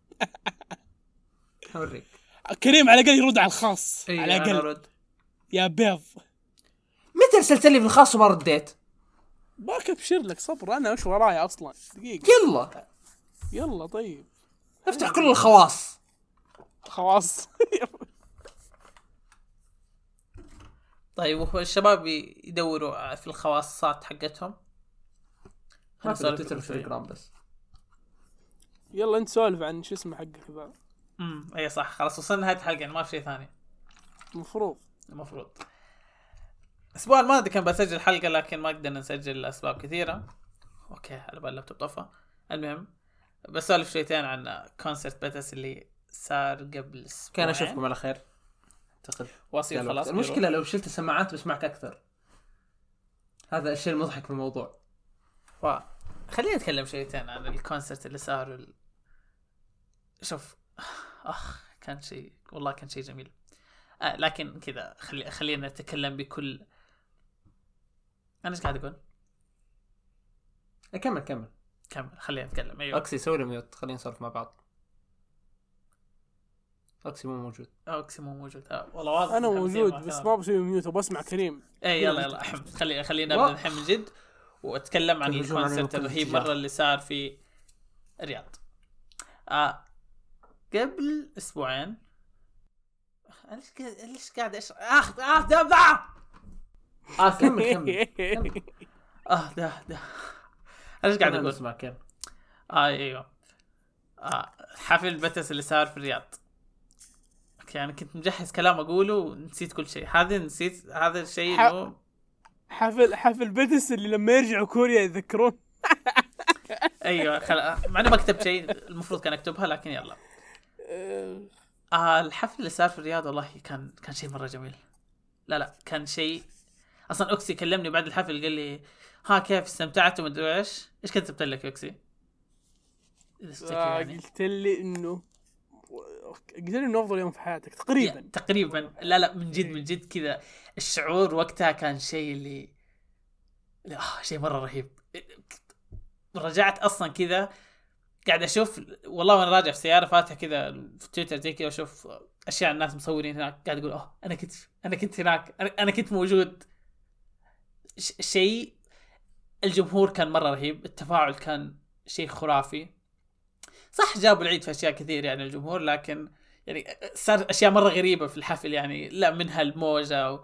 كريم على الاقل يرد على الخاص. على الاقل يا بيض. متى ارسلت لي في الخاص وما رديت؟ باك ابشر لك صبر انا وش ورايا اصلا. دقيقه يلا طيب افتح كل الخواص. خواص. طيب الشباب يدوروا في الخواصات حقتهم. ما في تويتر وتليجرام بس. يلا انت سولف عن شو اسمه حقك ذا. اي صح خلاص وصلنا نهاية الحلقة يعني ما في شيء ثاني. المفروض الاسبوع الماضي كان بسجل حلقة لكن ما قدرنا نسجل لأسباب كثيرة. اوكي على بال اللابتوب طفى. المهم بسولف شويتين عن كونسرت باتس اللي صار قبل اسبوع. كان اشوفكم على خير اعتقد. واصل خلاص. المشكلة لو شلت السماعات بسمعك اكثر. هذا الشيء المضحك في الموضوع. خلينا نتكلم شويتين عن الكونسرت اللي صار شوف كان شيء والله كان شيء جميل. لكن كذا خلينا نتكلم بكل. انا ايش قاعد اقول؟ كمل خلينا نتكلم. ايوه اكسي سوي لي ميوت، خلينا نسولف مع بعض. اكسي مو موجود. والله واضح انا موجود بس ما بسوي ميوت وبسمع كريم. اي يلا احمد خلينا نبدا الحين من جد واتكلم عن الكونسرت الرهيب مره اللي صار في الرياض. قبل اسبوعين ليش قاعد كمل ده ايش قاعد اقول؟ اسمع كم. ايوه حفل بتس اللي صار في الرياض. اوكي انا كنت مجهز كلام اقوله ونسيت كل شيء. نسيت هذا الشيء انه حفل بتس اللي لما يرجعوا كوريا يذكرون. ايوه مع اني ما كتبت شيء المفروض كان اكتبها لكن يلا. الحفل اللي صار في الرياض والله كان شيء مره جميل. لا كان شيء اصلا. اوكسي كلمني بعد الحفل قال لي كيف استمتعت وما ادري ايش كتبت لك اوكسي؟ يعني. قلت لي انه افضل يوم في حياتك تقريبا. لا من جد كذا الشعور وقتها كان شيء اللي شيء مره رهيب. رجعت اصلا كذا قاعد اشوف والله وانا راجع في السياره فاتح كذا في تويتر زي كذا واشوف اشياء الناس مصورين هناك قاعد اقول انا كنت هناك انا كنت موجود. شيء الجمهور كان مره رهيب. التفاعل كان شيء خرافي. صح جابوا العيد في اشياء كثير يعني الجمهور لكن يعني صار اشياء مره غريبه في الحفل يعني. لا منها الموجه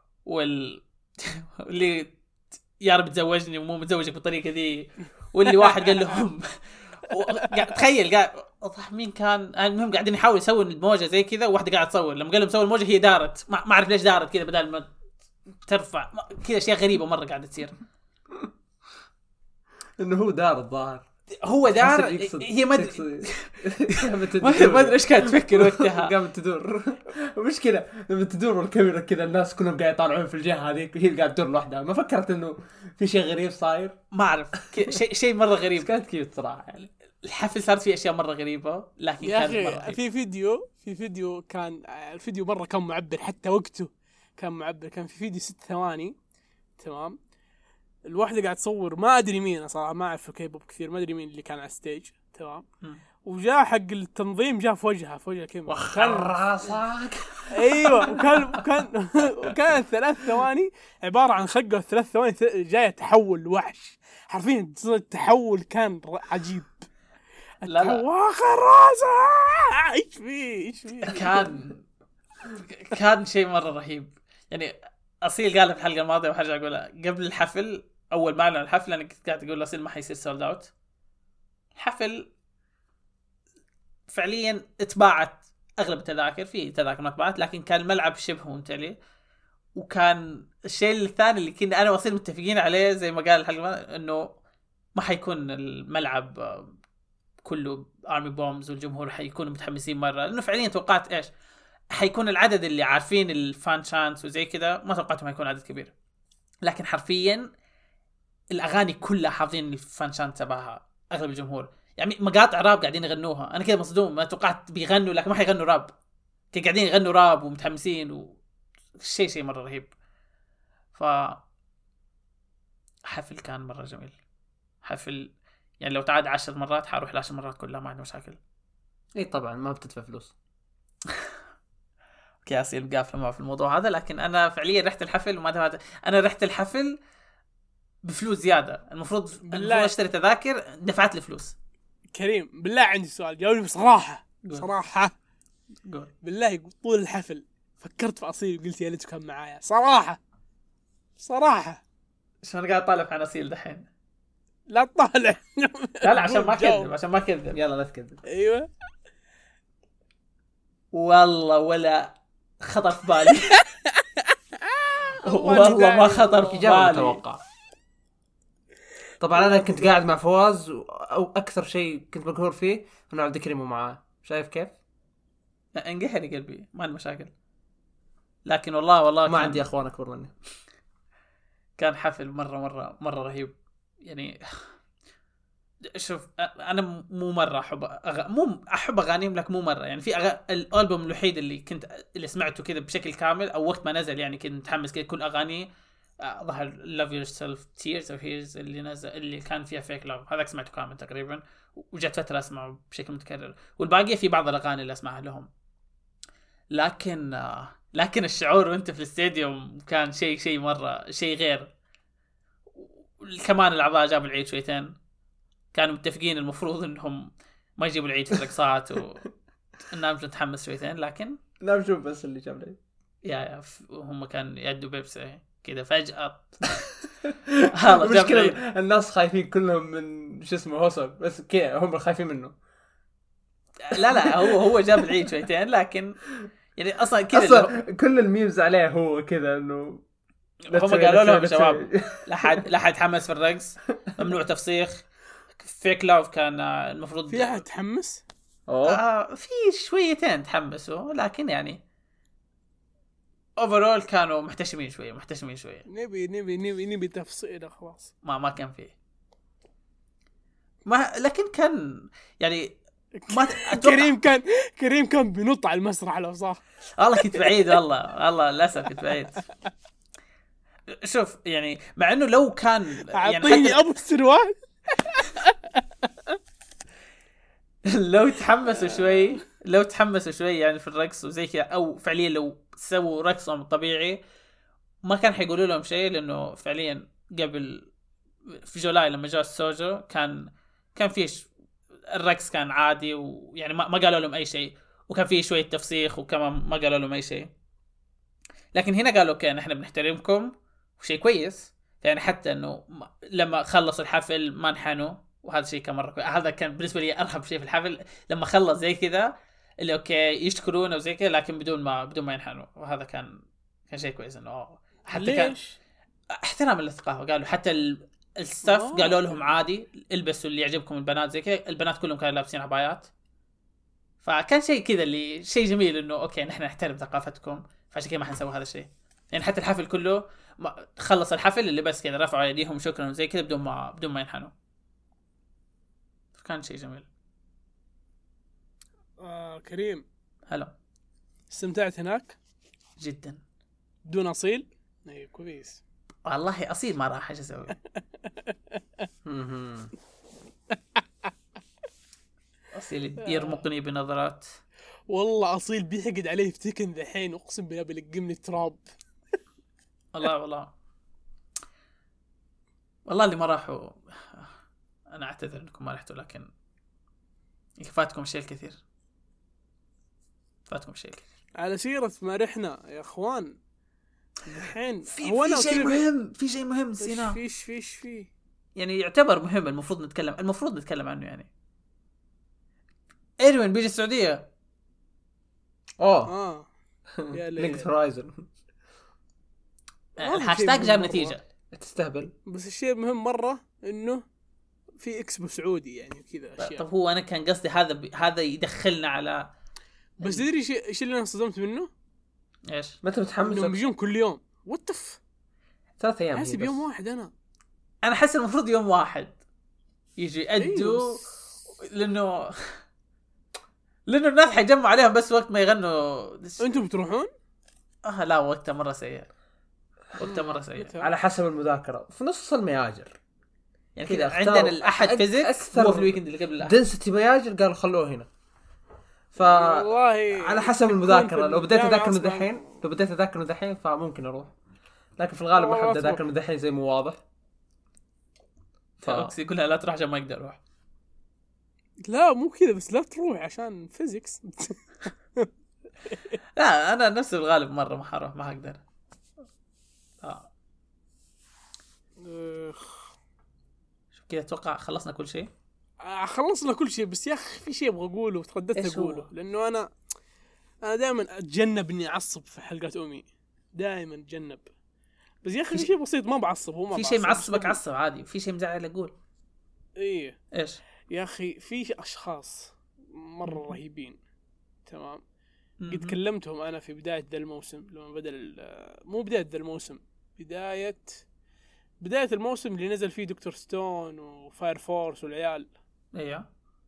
اللي يا رب تزوجني ومو متزوجك بالطريقه دي واللي واحد قال لهم تخيل قاعد مين كان المهم قاعدين يحاولوا يسووا الموجه زي كذا وواحده قاعده تصور لما قال لهم سووا الموجه هي دارت ما اعرف ليش دارت كذا بدل ما ترفع كذا. اشياء غريبه مره قاعده تصير. انه هو دار الظاهر هو دار هي ما ادري ايش كانت تفكر وقتها. قامت تدور مشكله لما تدور الكاميرا كذا الناس كلهم قاعد يطالعون في الجهه هذيك وهي قاعده تدور لوحدها. ما فكرت انه في شيء غريب صاير؟ ما اعرف شيء مره غريب. كانت كيوت صراحه يعني. الحفل صارت فيه اشياء مره غريبه لكن كان مرة في فيديو كان الفيديو مره كان معبر حتى وقته كان معبر. كان في فيديو 6 ثواني تمام. الواحدة قاعد تصور ما أدري مين صراحة ما أعرف كيبوب كثير ما أدري مين اللي كان على ستيج تمام. وجاء حق التنظيم جاء في وجهها كيف وخر راسك. أيوة وكان 3 ثواني عبارة عن خقة 3 ثواني جاية تحول وحش حرفيا. التحول كان عجيب. لا وخر راسك إيش فيه كان شيء مرة رهيب يعني. أصيل قال في الحلقة الماضية وحاجة أقولها قبل الحفل. أول ما أعلن الحفل أنا كنت قاعد أقول أصيل ما حيصير سولد أوت. الحفل فعليا اتباعت أغلب التذاكر. في تذاكر ما اتباعت لكن كان الملعب شبه ممتلئ. وكان الشيء الثاني اللي كنا أنا وأصيل متفقين عليه زي ما قال الحلقة إنه ما حيكون الملعب كله آرمي بومز والجمهور حيكونوا متحمسين مرة. لأنه فعليا توقعت إيش حيكون العدد اللي عارفين الفان شانس وزي كذا. ما توقعتهم حيكون عدد كبير لكن حرفيا الأغاني كلها حافظين الفان شانس تبعها أغلب الجمهور. يعني مقاطع راب قاعدين يغنوها. أنا كذا مصدوم ما توقعت بيغنوا لكن ما حيغنوا راب. كي قاعدين يغنوا راب ومتحمسين شيء مرة رهيب. حفل كان مرة جميل. حفل يعني لو تعاد 10 مرات حاروح 10 مرات كلها ما عندي مشاكل. اي طبعا ما بتدفع فلوس. كياسي القافله معه في الموضوع هذا لكن انا فعليا رحت الحفل وما دفعت. انا رحت الحفل بفلوس زياده. المفروض اشتري تذاكر دفعت لي فلوس. كريم بالله عندي سؤال جاوبني بصراحه. صراحه قول. بالله طول الحفل فكرت في أصيل وقلت يا ليت كان معايا صراحه شو انا قاعد طالع عن أصيل دحين؟ لا تطالع. لا عشان ما كذب يلا لا تكذب. ايوه والله ولا خطر في بالي. والله ما خطر في بالي. متوقع. طبعا انا كنت قاعد مع فواز او اكثر شيء كنت مقهور فيه انه عبد الكريم معاه. شايف كيف انقهر قلبي ما عندي مشاكل لكن والله ما عندي اخوان اكبر مني. كان حفل مره رهيب يعني. شوف انا مو مره مو احب اغانيهم لك مو مره يعني. في الالبوم الوحيد اللي سمعته كذا بشكل كامل او وقت ما نزل يعني كنت متحمس كذا كل اغاني ظهر Love Yourself Tears or Hears اللي نزل اللي كان فيها Fake Love هذاك سمعته كامل تقريبا وجت فتره اسمعه بشكل متكرر والباقي في بعض الاغاني اللي اسمعها لهم. لكن الشعور وانت في الاستاديوم كان شيء مره شيء غير. كمان الاعضاء جابوا العيد شويتين كانوا متفقين المفروض انهم ما يجيبوا العيد في الرقصات والناس متحمس شويتين لكن لا شوف بس اللي جاب العيد يا هم كان يدوا بيبسي كذا فجأة مشكلة الناس خايفين كلهم من شو اسمه هوسل بس كذا هم خايفين منه. لا هو جاب العيد شويتين لكن يعني اصلا كذا كل الميمز عليه هو كذا انه هم قالوا لهم شباب لا حد حمس في الرقص ممنوع تفسيخ. فيك لاف كان المفروض في احد تحمس في شويتين تحمسوا لكن يعني اوفرول كانوا محتشمين شويه نبي تفصيل خلاص ما كان فيه لكن كان يعني ما كريم كان بينط على المسرح لو صح. والله كنت بعيد والله للاسف كنت بعيد. شوف يعني مع انه لو كان يعني اعطيني ابو السروال لو تحمسوا شوي يعني في الرقص وزي كذا او فعليا لو سووا رقصهم الطبيعي ما كان حيقولوا لهم شيء لانه فعليا قبل في جولاي لما جاء السوجو كان فيش الرقص كان عادي ويعني ما قالوا لهم اي شيء وكان فيه شويه تفسيخ وكمان ما قالوا لهم اي شيء. لكن هنا قالوا اوكي نحن بنحترمكم وشيء كويس يعني حتى انه لما خلص الحفل ما انحنوا وهذا شيء كان مره كويس. هذا كان بالنسبه لي ارهب شيء في الحفل لما خلص زي كذا اللي اوكي يشكرونا وزي كذا لكن بدون ما ينحنوا وهذا كان شيء كويس انه حتى كان احترام للثقافه. قالوا حتى الستاف قالوا لهم عادي البسوا اللي يعجبكم البنات زي كذا. البنات كلهم كانوا لابسين عبايات فكان شيء كذا اللي شيء جميل انه اوكي نحن نحترم ثقافتكم فعشان كذا ما حنسوي هذا الشيء يعني. حتى الحفل كله خلص الحفل اللي بس كذا رفعوا يديهم شكرا وزي كذا بدون ما ينحنوا. كان شيء جميل. كريم هلا استمتعت هناك جدا دون أصيل. اي كويس والله أصيل ما راح ايش اسوي. أصيل يرمقني بنظرات. والله أصيل بيحقد عليه في تكن ذحين اقسم بالله بيلقمني تراب. والله اللي ما راحوا انا اعتذر انكم ما رحتوا لكن فاتكم شيء كثير. على سيرة ما رحنا يا اخوان الحين في شيء مهم سينا. فيش يعني يعتبر مهم المفروض نتكلم عنه يعني. إيروين بيجي السعودية. يا لينك هورايزن الهاشتاج جاب نتيجة تستهبل. بس الشيء المهم مرة انه في اكسبو سعودي يعني كذا اشياء. طب هو انا كان قصدي هذا يدخلنا على بس تدري ايش اللي انا صدمت منه؟ ايش؟ متى متحمس؟ انهم بيجون كل يوم واتف 3 ايام حسب يوم واحد. انا احس المفروض يوم واحد يجي يأدوا لانه الناس حيجمعوا عليهم بس وقت ما يغنوا. انتم بتروحون؟ لا وقتها مرة سيء. على حسب المذاكرة في نص المياجر يعني كذا عندنا الأحد فيزيكس هو في الويكند اللي قبل الأحد دنسيتي مياجر قالوا خلوه هنا. والله على حسب المذاكرة لو بديت أذاكر من دحين فممكن أروح لكن في الغالب ما أحب أذاكر من دحين زي مو واضح. أوكسي يقولها لا تروح عشان ما يقدر أروح. لا مو كذا بس لا تروح عشان فيزيكس. لا أنا نفس الغالب مرة ما حروح ما هقدر. شوف كذا أتوقع خلصنا كل شيء. خلصنا كل شيء بس يا أخي في شيء أبغى أقوله وترددت أقوله لأنه أنا دائما أتجنب إني أعصب في حلقات أمي دائما أتجنب. بس يا أخي في شيء بسيط ما بعصب. هو ما في شيء معصبك عصب عادي. في شيء مزعل أقول إيه إيش يا أخي في أشخاص مرة رهيبين تمام. قد كلمتهم أنا في بداية ذا الموسم لما بدأ مو بداية ذا الموسم بداية بداية الموسم اللي نزل فيه دكتور ستون وفاير فورس والعيال. ايوه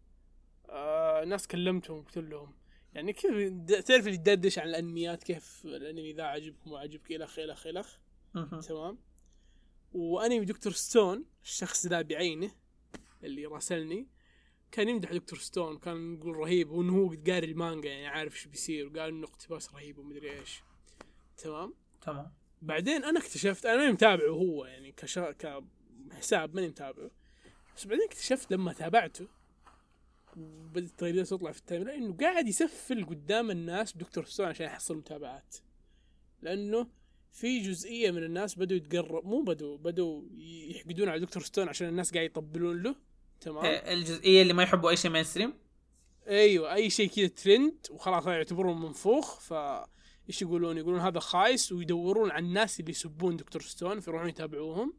ناس كلمتهم قلت لهم يعني كيف تعرف اللي تدردش عن الانميات، كيف الانمي ذا عجبكم وعجبك الخ. تمام. وانمي دكتور ستون الشخص ذا بعينه اللي راسلني كان يمدح دكتور ستون، كان يقول رهيب، وانه هو قاري المانجا يعني عارف ايش بيصير، وقال انه اقتباس رهيب ومدري ايش. تمام. بعدين انا اكتشفت انا ماني متابعه هو يعني كحساب ماني متابعه، بس بعدين اكتشفت لما تابعته وبدت التغريدات تطلع في التايملاين انه قاعد يسفل قدام الناس بدكتور ستون عشان يحصل متابعات، لانه في جزئيه من الناس بدوا يتقرب، مو بدوا يحقدون على دكتور ستون عشان الناس قاعد يطبلون له. تمام. الجزئيه اللي ما يحبوا اي شيء ماينستريم. ايوه اي شيء كذا ترند وخلاص يعتبرون منفوخ، ف ايش يقولون هذا خايس، ويدورون على الناس اللي يسبون دكتور ستون فيروحون يتابعوهم.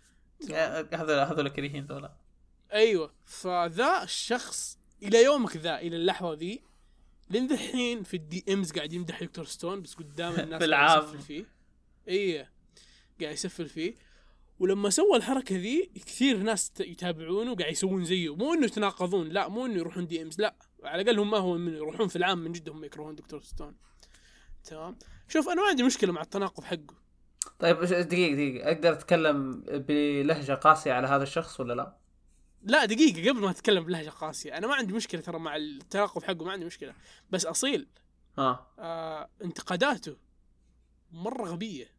هذول كريهين ذولا. ايوه فذا الشخص الى يومك ذا الى اللحظه ذي لين دحين في الدي امز قاعد يمدح دكتور ستون بس قدام الناس قاعد يسفل فيه. ايه قاعد يسفل فيه. ولما سوى الحركه ذي كثير ناس يتابعونه وقاعد يسوون زيه، مو انه يتناقضون، لا مو انه يروحون دي امز، لا على الاقل هم ما هو من يروحون في العام من جد هم يكرهون دكتور ستون. تمام. شوف انا ما عندي مشكله مع التناقض حقه. طيب دقيقه اقدر اتكلم بلهجه قاسيه على هذا الشخص ولا لا؟ لا دقيقه قبل ما اتكلم بلهجه قاسيه، انا ما عندي مشكله ترى مع التناقض حقه، ما عندي مشكله، بس اصيل انتقاداته مره غبيه.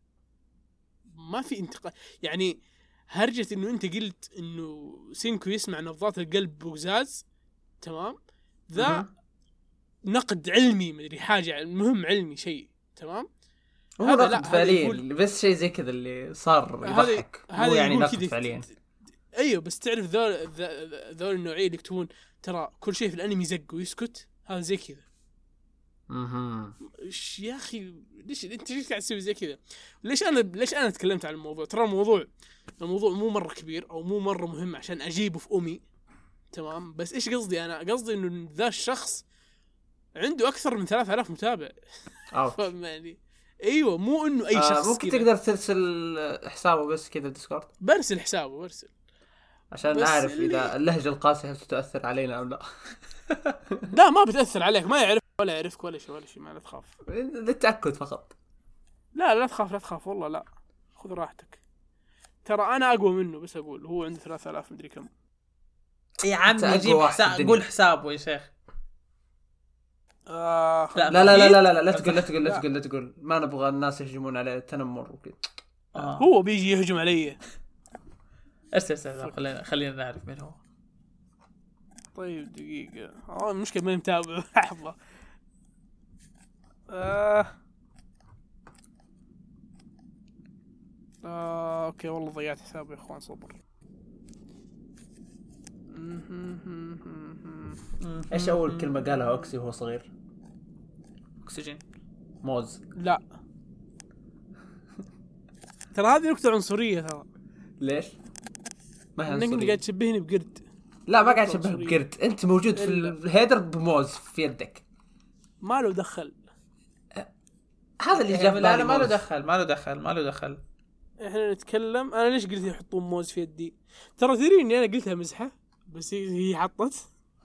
ما في انتقاد يعني هرجة انه انت قلت انه سينكو يسمع نبضات القلب بوزاز. تمام. ذا نقد علمي مدري حاجة مهم علمي شيء. تمام. هو نقد فعليا بس شيء زي كذا اللي صار يضحك، هو يعني نقد فعليا. ايوه بس تعرف ذول النوعية اللي يكتبون ترى كل شيء في الانمي زق ويسكت، هذا زي كذا. يا اخي ليش انت ليش قاعد تسوي زي كذا؟ ليش انا تكلمت عن الموضوع؟ ترى الموضوع مو مره كبير او مو مره مهم عشان اجيبه في امي. تمام. بس ايش قصدي؟ انا قصدي انه ذا الشخص عنده اكثر من 3000 متابع. يعني ايوه مو انه اي شخص ممكن كدا. تقدر ترسل حسابه بس كذا ديسكورد. برسل حسابه عشان نعرف اذا اللهجه القاسيه تؤثر علينا او لا. لا ما بتاثر عليك، ما يعرف ولا يعرفك ولا شيء ما لا تخاف، للتأكد فقط. لا تخاف والله، لا خذ راحتك، ترى أنا أقوى منه، بس أقول هو عنده 3000 مدري كم. يا عمي جيب حساب، قول حسابه يا شيخ. لا تقول ما نبغى الناس يهجمون عليه التنمر وكذا. هو بيجي يهجم علي. استنى خلينا نعرف من هو. طيب دقيقة المشكلة ما متابع. لحظة. اوكي والله ضيعت حسابي يا اخوان، صبر. ايش اول كلمة قالها اوكسي وهو صغير؟ اكسجين. موز. لا ترى هذه نكتة عنصرية ترى. ليش؟ ما هي عنصرية. قاعد تشبهني بقرد. لا ما قاعد تشبهك بقرد، انت موجود في الهيدر بموز في يدك. ما له دخل هذا اللي جاب. لا ما له دخل. احنا نتكلم. انا ليش قلت يحطون موز في يدي؟ ترى تدري اني انا قلتها مزحة بس هي حطت.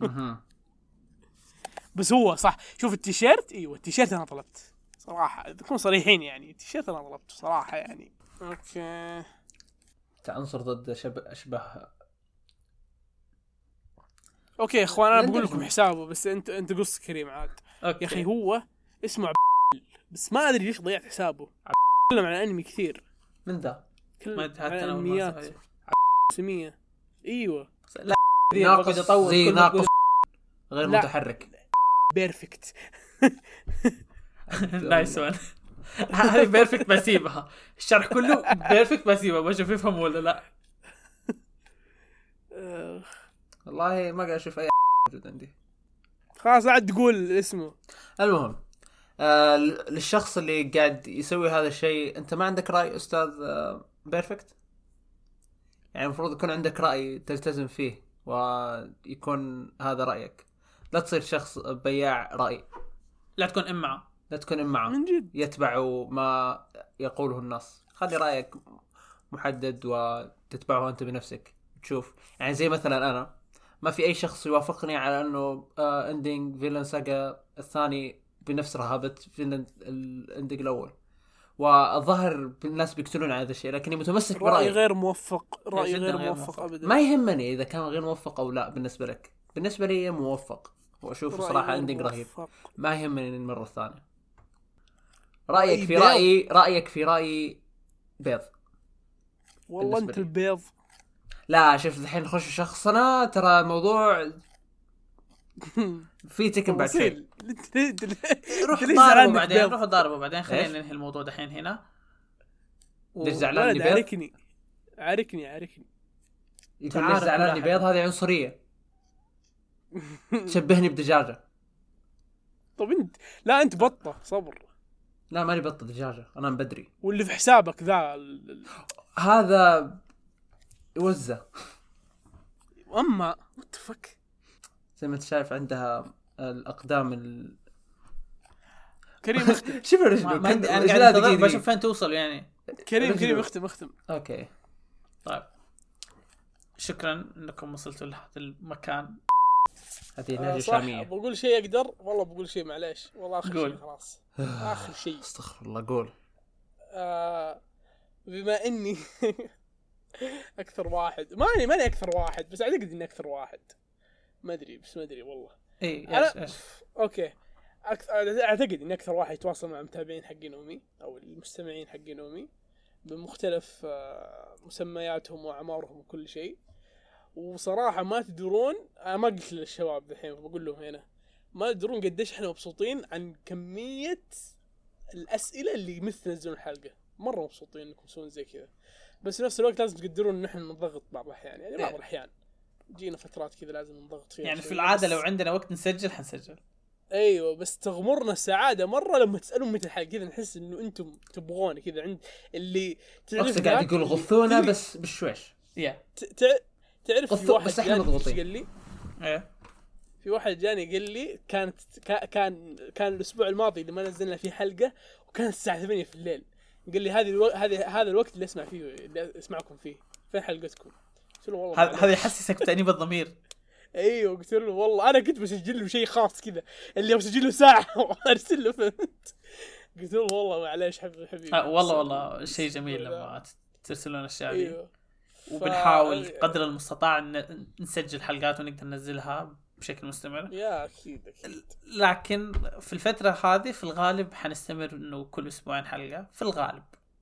بس هو صح. شوف التيشيرت، ايوه التيشيرت انا طلبت صراحة، نكون صريحين يعني، التيشيرت انا طلبت صراحة يعني. اوكي تعنصر ضد اشبه. اوكي يا اخوان انا بقول لكم حسابه، بس انت قص كريم عاد. يا اخي هو اسمه بس ما ادري ليش ضيعت حسابه. تكلم عن انمي كثير. من ذا ما عن انميات سمية. ايوه لا ناقص زي ناقص غير متحرك. بيرفكت. نايس وان. هذه بيرفكت بسيبها، الشرح كله بيرفكت بسيبها، بشوف يفهم ولا لا. والله ما قاعد اشوف اي موجود عندي. خلاص عاد تقول اسمه. المهم للشخص اللي قاعد يسوي هذا الشيء، انت ما عندك راي استاذ بيرفكت؟ يعني المفروض يكون عندك راي تلتزم فيه ويكون هذا رايك، لا تصير شخص بياع راي، لا تكون امعة من جد يتبع ما يقوله الناس. خلي رايك محدد وتتبعه انت بنفسك تشوف. يعني زي مثلا انا ما في اي شخص يوافقني على انه اندينج فيلن ساغا الثاني بنفس رهابة فيلن الاندينج الاول، والظاهر الناس بيقتلون على هذا الشيء، لكني متمسك رأي برأيي. غير موفق، رأي جداً غير غير موفق أبدا. ما يهمني اذا كان غير موفق او لا بالنسبه لك، بالنسبه لي موفق، واشوف رأي صراحه غير اندينج رهيب. موفق. ما يهمني المره الثانيه. رأي رايك في بيض. رايي في رايي بيض. والله بالنسبة أنت لي. البيض. لا شوف الحين نخش شخصنا، ترى الموضوع في تكن بعد شوي. روح ضاربه بعدين، روح ضاربه بعدين، خلينا ننهي الموضوع دحين هنا. ليش زعلان لي بيض؟ عاركني يقول ليش زعلان لي بيض؟ هذه عنصريه. تشبهني بدجاجه. طب انت لا، انت بطه صبر. لا ماني بطه، دجاجه انا من بدري. واللي في حسابك ذا هذا يوزع. اما وات فك. زي ما انت شايف عندها الاقدام كريم اختم. شوف الرجل ما عندي، انا قاعد انتظر بشوف فين توصل يعني. كريم اختم. اوكي طيب شكرا انكم وصلتوا لهذا المكان. هذه لهجه صح. شاميه. بقول شيء اقدر والله، بقول شيء معليش والله، اخر قول. شيء خلاص. اخر شيء استغفر الله. قول. بما اني اكثر واحد، ماني اكثر واحد، بس اعتقد اني اكثر واحد، ما ادري والله. اي ايش اوكي اعتقد اني اكثر واحد يتواصل مع المتابعين حقين امي او المستمعين حقين امي بمختلف مسمياتهم واعمارهم وكل شيء. وصراحه ما تدرون، انا ما قلت للشباب الحين بقول لهم هنا، ما تدرون قديش احنا مبسوطين عن كميه الاسئله اللي مثل تنزلون الحلقه. مره مبسوطين انكم تسوون زي كذا، بس في نفس الوقت لازم تقدرون ان احنا نضغط بعض الاحيان، يعني بعض الاحيان جينا فترات كذا لازم نضغط فيها يعني. في شوي. العاده بس لو عندنا وقت نسجل حنسجل. ايوه، بس تغمرنا السعاده مره لما تسالون متى الحلقه كذا، نحس انه انتم تبغون كذا عند اللي تعرف قاعد يقول غثونا بس بشويش. تعرف في واحد بس احنا مضغوطين. قال لي ايه في واحد جاني قال لي كان الاسبوع الماضي اللي ما نزلنا فيه حلقه، وكانت الساعه 8 في الليل. قال لي هذا الوقت اللي اسمع فيه، اللي اسمعكم فيه، فين حلقتكم؟ قلت له والله هذا يحسسك بتأنيب الضمير. ايوه قلت له والله انا كنت بسجل له شيء خاص كذا، اللي بسجل له ساعه وارسل له، فهمت؟ قلت له والله معليش حبيبي. والله شيء جميل لما ترسلون اشياء دي. ايوه. وبنحاول قدر المستطاع نسجل حلقات ونقدر ننزلها بشكل مستمر. يا اكيد. لكن في الفترة هذه في الغالب حنستمر انه كل اسبوعين حلقة في الغالب.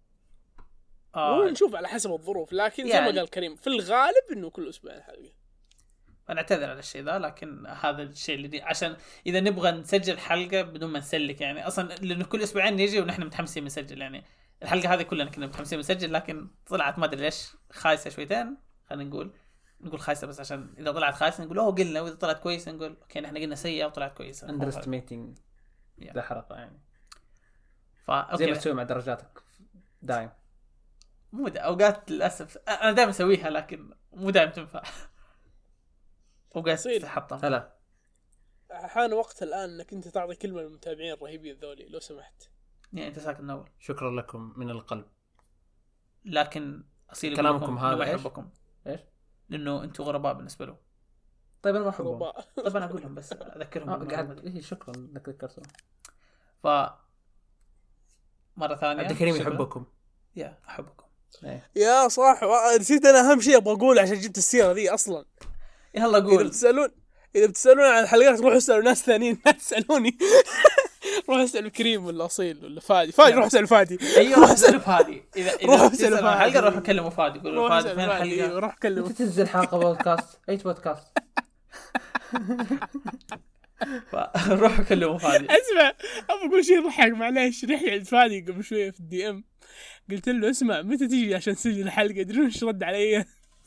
نشوف على حسب الظروف، لكن زي ما قال كريم في الغالب انه كل اسبوعين حلقة. أنا أعتذر على الشيء ذا، لكن هذا الشيء اللي عشان إذا نبغى نسجل حلقة بدون ما نسلك يعني أصلا، لأنه كل أسبوعين نيجي ونحن متحمسين نسجل يعني. الحلقة هذه كلنا كنا متحمسين نسجل، لكن طلعت ما أدري ليش خايسة شويتين. خلينا نقول خايسة، بس عشان إذا طلعت خايسة نقول قلنا، وإذا طلعت كويسة نقول أوكي نحن قلنا سيئة وطلعت كويسة. underestimating ذا حركة يعني. زي ما تسوي مع درجاتك دايم. مو أوقات للأسف أنا دائما أسويها، لكن مو دائما تنفع. وقاعد تحطم. هلا حان وقت الآن انك انت تعطي كلمة للمتابعين الرهيبين ذولي لو سمحت. يعني انت ساكن اول. شكرا لكم من القلب. لكن اصيل كلامكم هذا ايش؟ لانه انتم غرباء بالنسبة له. طيب انا ما احبهم. طيب انا اقول لهم بس اذكرهم. قاعد شكرا انك ذكرتهم. مرة ثانية عبد الكريم يحبكم. يا احبكم. يا صح، نسيت انا اهم شيء ابغى اقول عشان جبت السيرة ذي اصلا. يلا قول. إذا بتسألون عن الحلقات روحوا اسألوا ناس ثانيين، لا تسألوني. روحوا اسألوا كريم ولا أصيل ولا فادي. روحوا اسألوا فادي. أيوة روحوا اسألوا فادي. إذا اسألوا الحلقة روحوا كلموا فادي، قولوا فادي فين الحلقة. روح كلموا. أنت تنزل حلقة بودكاست. أي بودكاست. روحوا كلموا فادي. اسمع أبغى أقول شيء ضحك معليش. رحت عند فادي قبل شوية في الدي ام، قلت له اسمع متى تيجي عشان تسجل الحلقة؟ تدرون ايش رد علي؟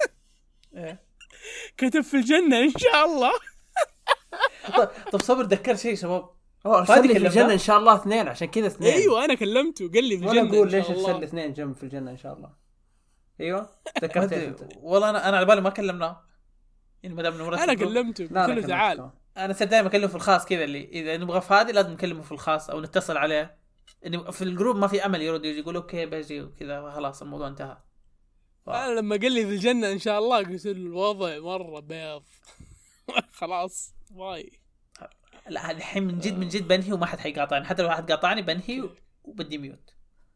كتب في الجنة إن شاء الله. طب صبر ذكر شيء شباب. فادي في الجنة إن شاء الله 2 عشان كذا 2. أيوة أنا كلمته قال لي في الجنة. وأنا أقول ليش تسلي 2 جنب في الجنة إن شاء الله. أيوة ذكرت. والله أنا على بالي ما كلمناه. يعني ما دام مرتب. أنا كلمته قلت له تعال. أنا صرت دائما أكلمه في الخاص كذا، اللي إذا نبغى فادي لازم نكلمه في الخاص أو نتصل عليه. إنه في الجروب ما في أمل يرد يجي يقول أوكي بيجي وكذا خلاص الموضوع انتهى. أنا لما قال لي في الجنة إن شاء الله قلت له الوضع مرة بيض. خلاص باي. لا الحين من جد بنهي وما حد حيقاطعني، حتى لو واحد قاطعني بنهي وبدي ميوت.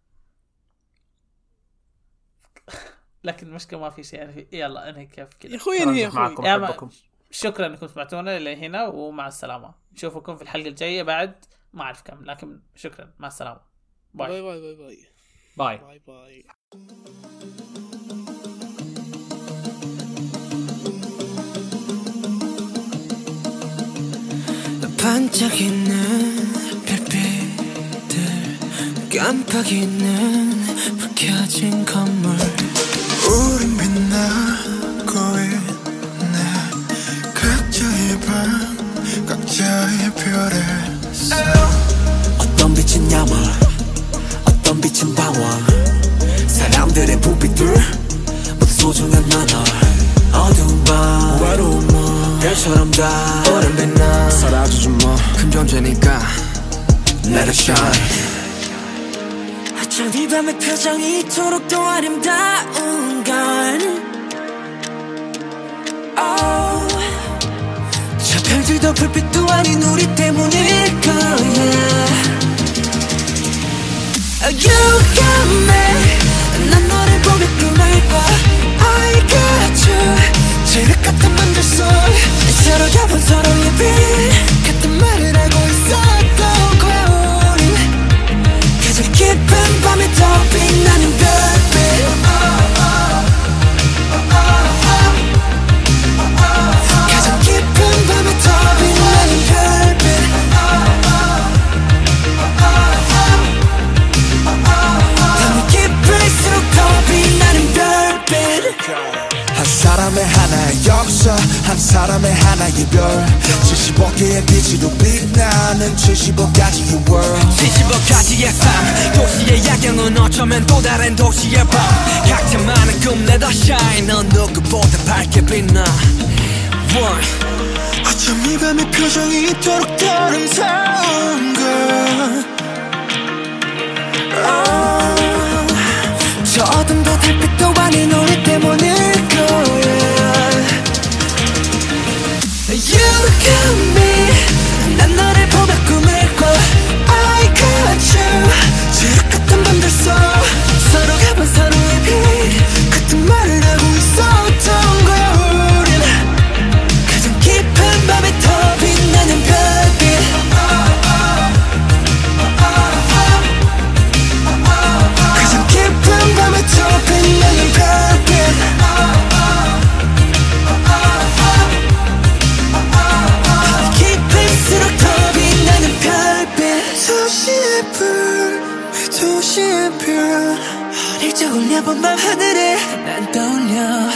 لكن المشكلة ما في شيء يعني يلا انهي كيف كذا يا اخوي انهي يا اخوي. شكرا انكم سمعتونا لهنا ومع السلامة. نشوفكم في الحلقة الجاية بعد ما اعرف كم، لكن شكرا مع السلامة. باي باي باي باي باي باي باي. 반짝이는 별빛들 깜빡이는 불 켜진 건물 우린 빛나고 있네 각자의 방 각자의 별에 어떤 빛은 야물 어떤 빛은 방황 사람들의 부비들 모두 소중한 나널 어두운 밤 외로운 몸 별처럼 다 오랜 빛나 사라지지 뭐 큰 존재니까 Let it shine 어쩜 이 밤의 표정이 이토록 또 아름다운 건 oh, 저 별들도 불빛도 아닌 우리 때문일 거야 You got me 난 너를 보며 꿈을 꿔 I got you 지륵 같은 맘들 속 서로 잡은 서로의 빛 같은 말을 하고 있었던 거야 우린 가장 깊은 밤에 더 빛나는 별빛 가장 깊은 밤에 더 빛나는 별빛 밤이 깊을수록 더 빛나는 별빛 한 사람의 하나의 역사 한 사람의 하나의 별 75개의 빛으로 빛나는 75가지의 world 75가지의 삶 도시의 야경은 어쩌면 또 다른 도시의 밤 각자 많은 꿈 let us shine 넌 누구보다 밝게 빛나 One 어쩜 이 밤의 표정이 이토록 더 아름다운 걸 저 어둠도 달빛도 아닌 우리 때문일 거야 You got me 난 너를 보며 꿈을 꿔 I got you 지륵 같은 밤들 속 서로 가본 서로의 빛 같은 말을 하고 있었던 거야 우린 가장 깊은 밤에 더 빛나는 별빛 가장 깊은 밤에 더 빛나는 별빛 깊을수록 더 빛나는 별빛 도시의 별 어릴 적 올려본 밤하늘에 난 떠올려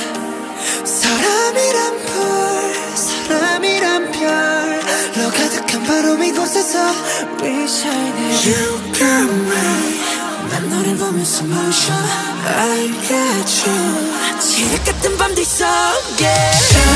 사람이란 별로 가득한 바로 이곳에서 We shining You got me 난 너를 보면서 모셔 I got you 지륵 같은 밤들 속에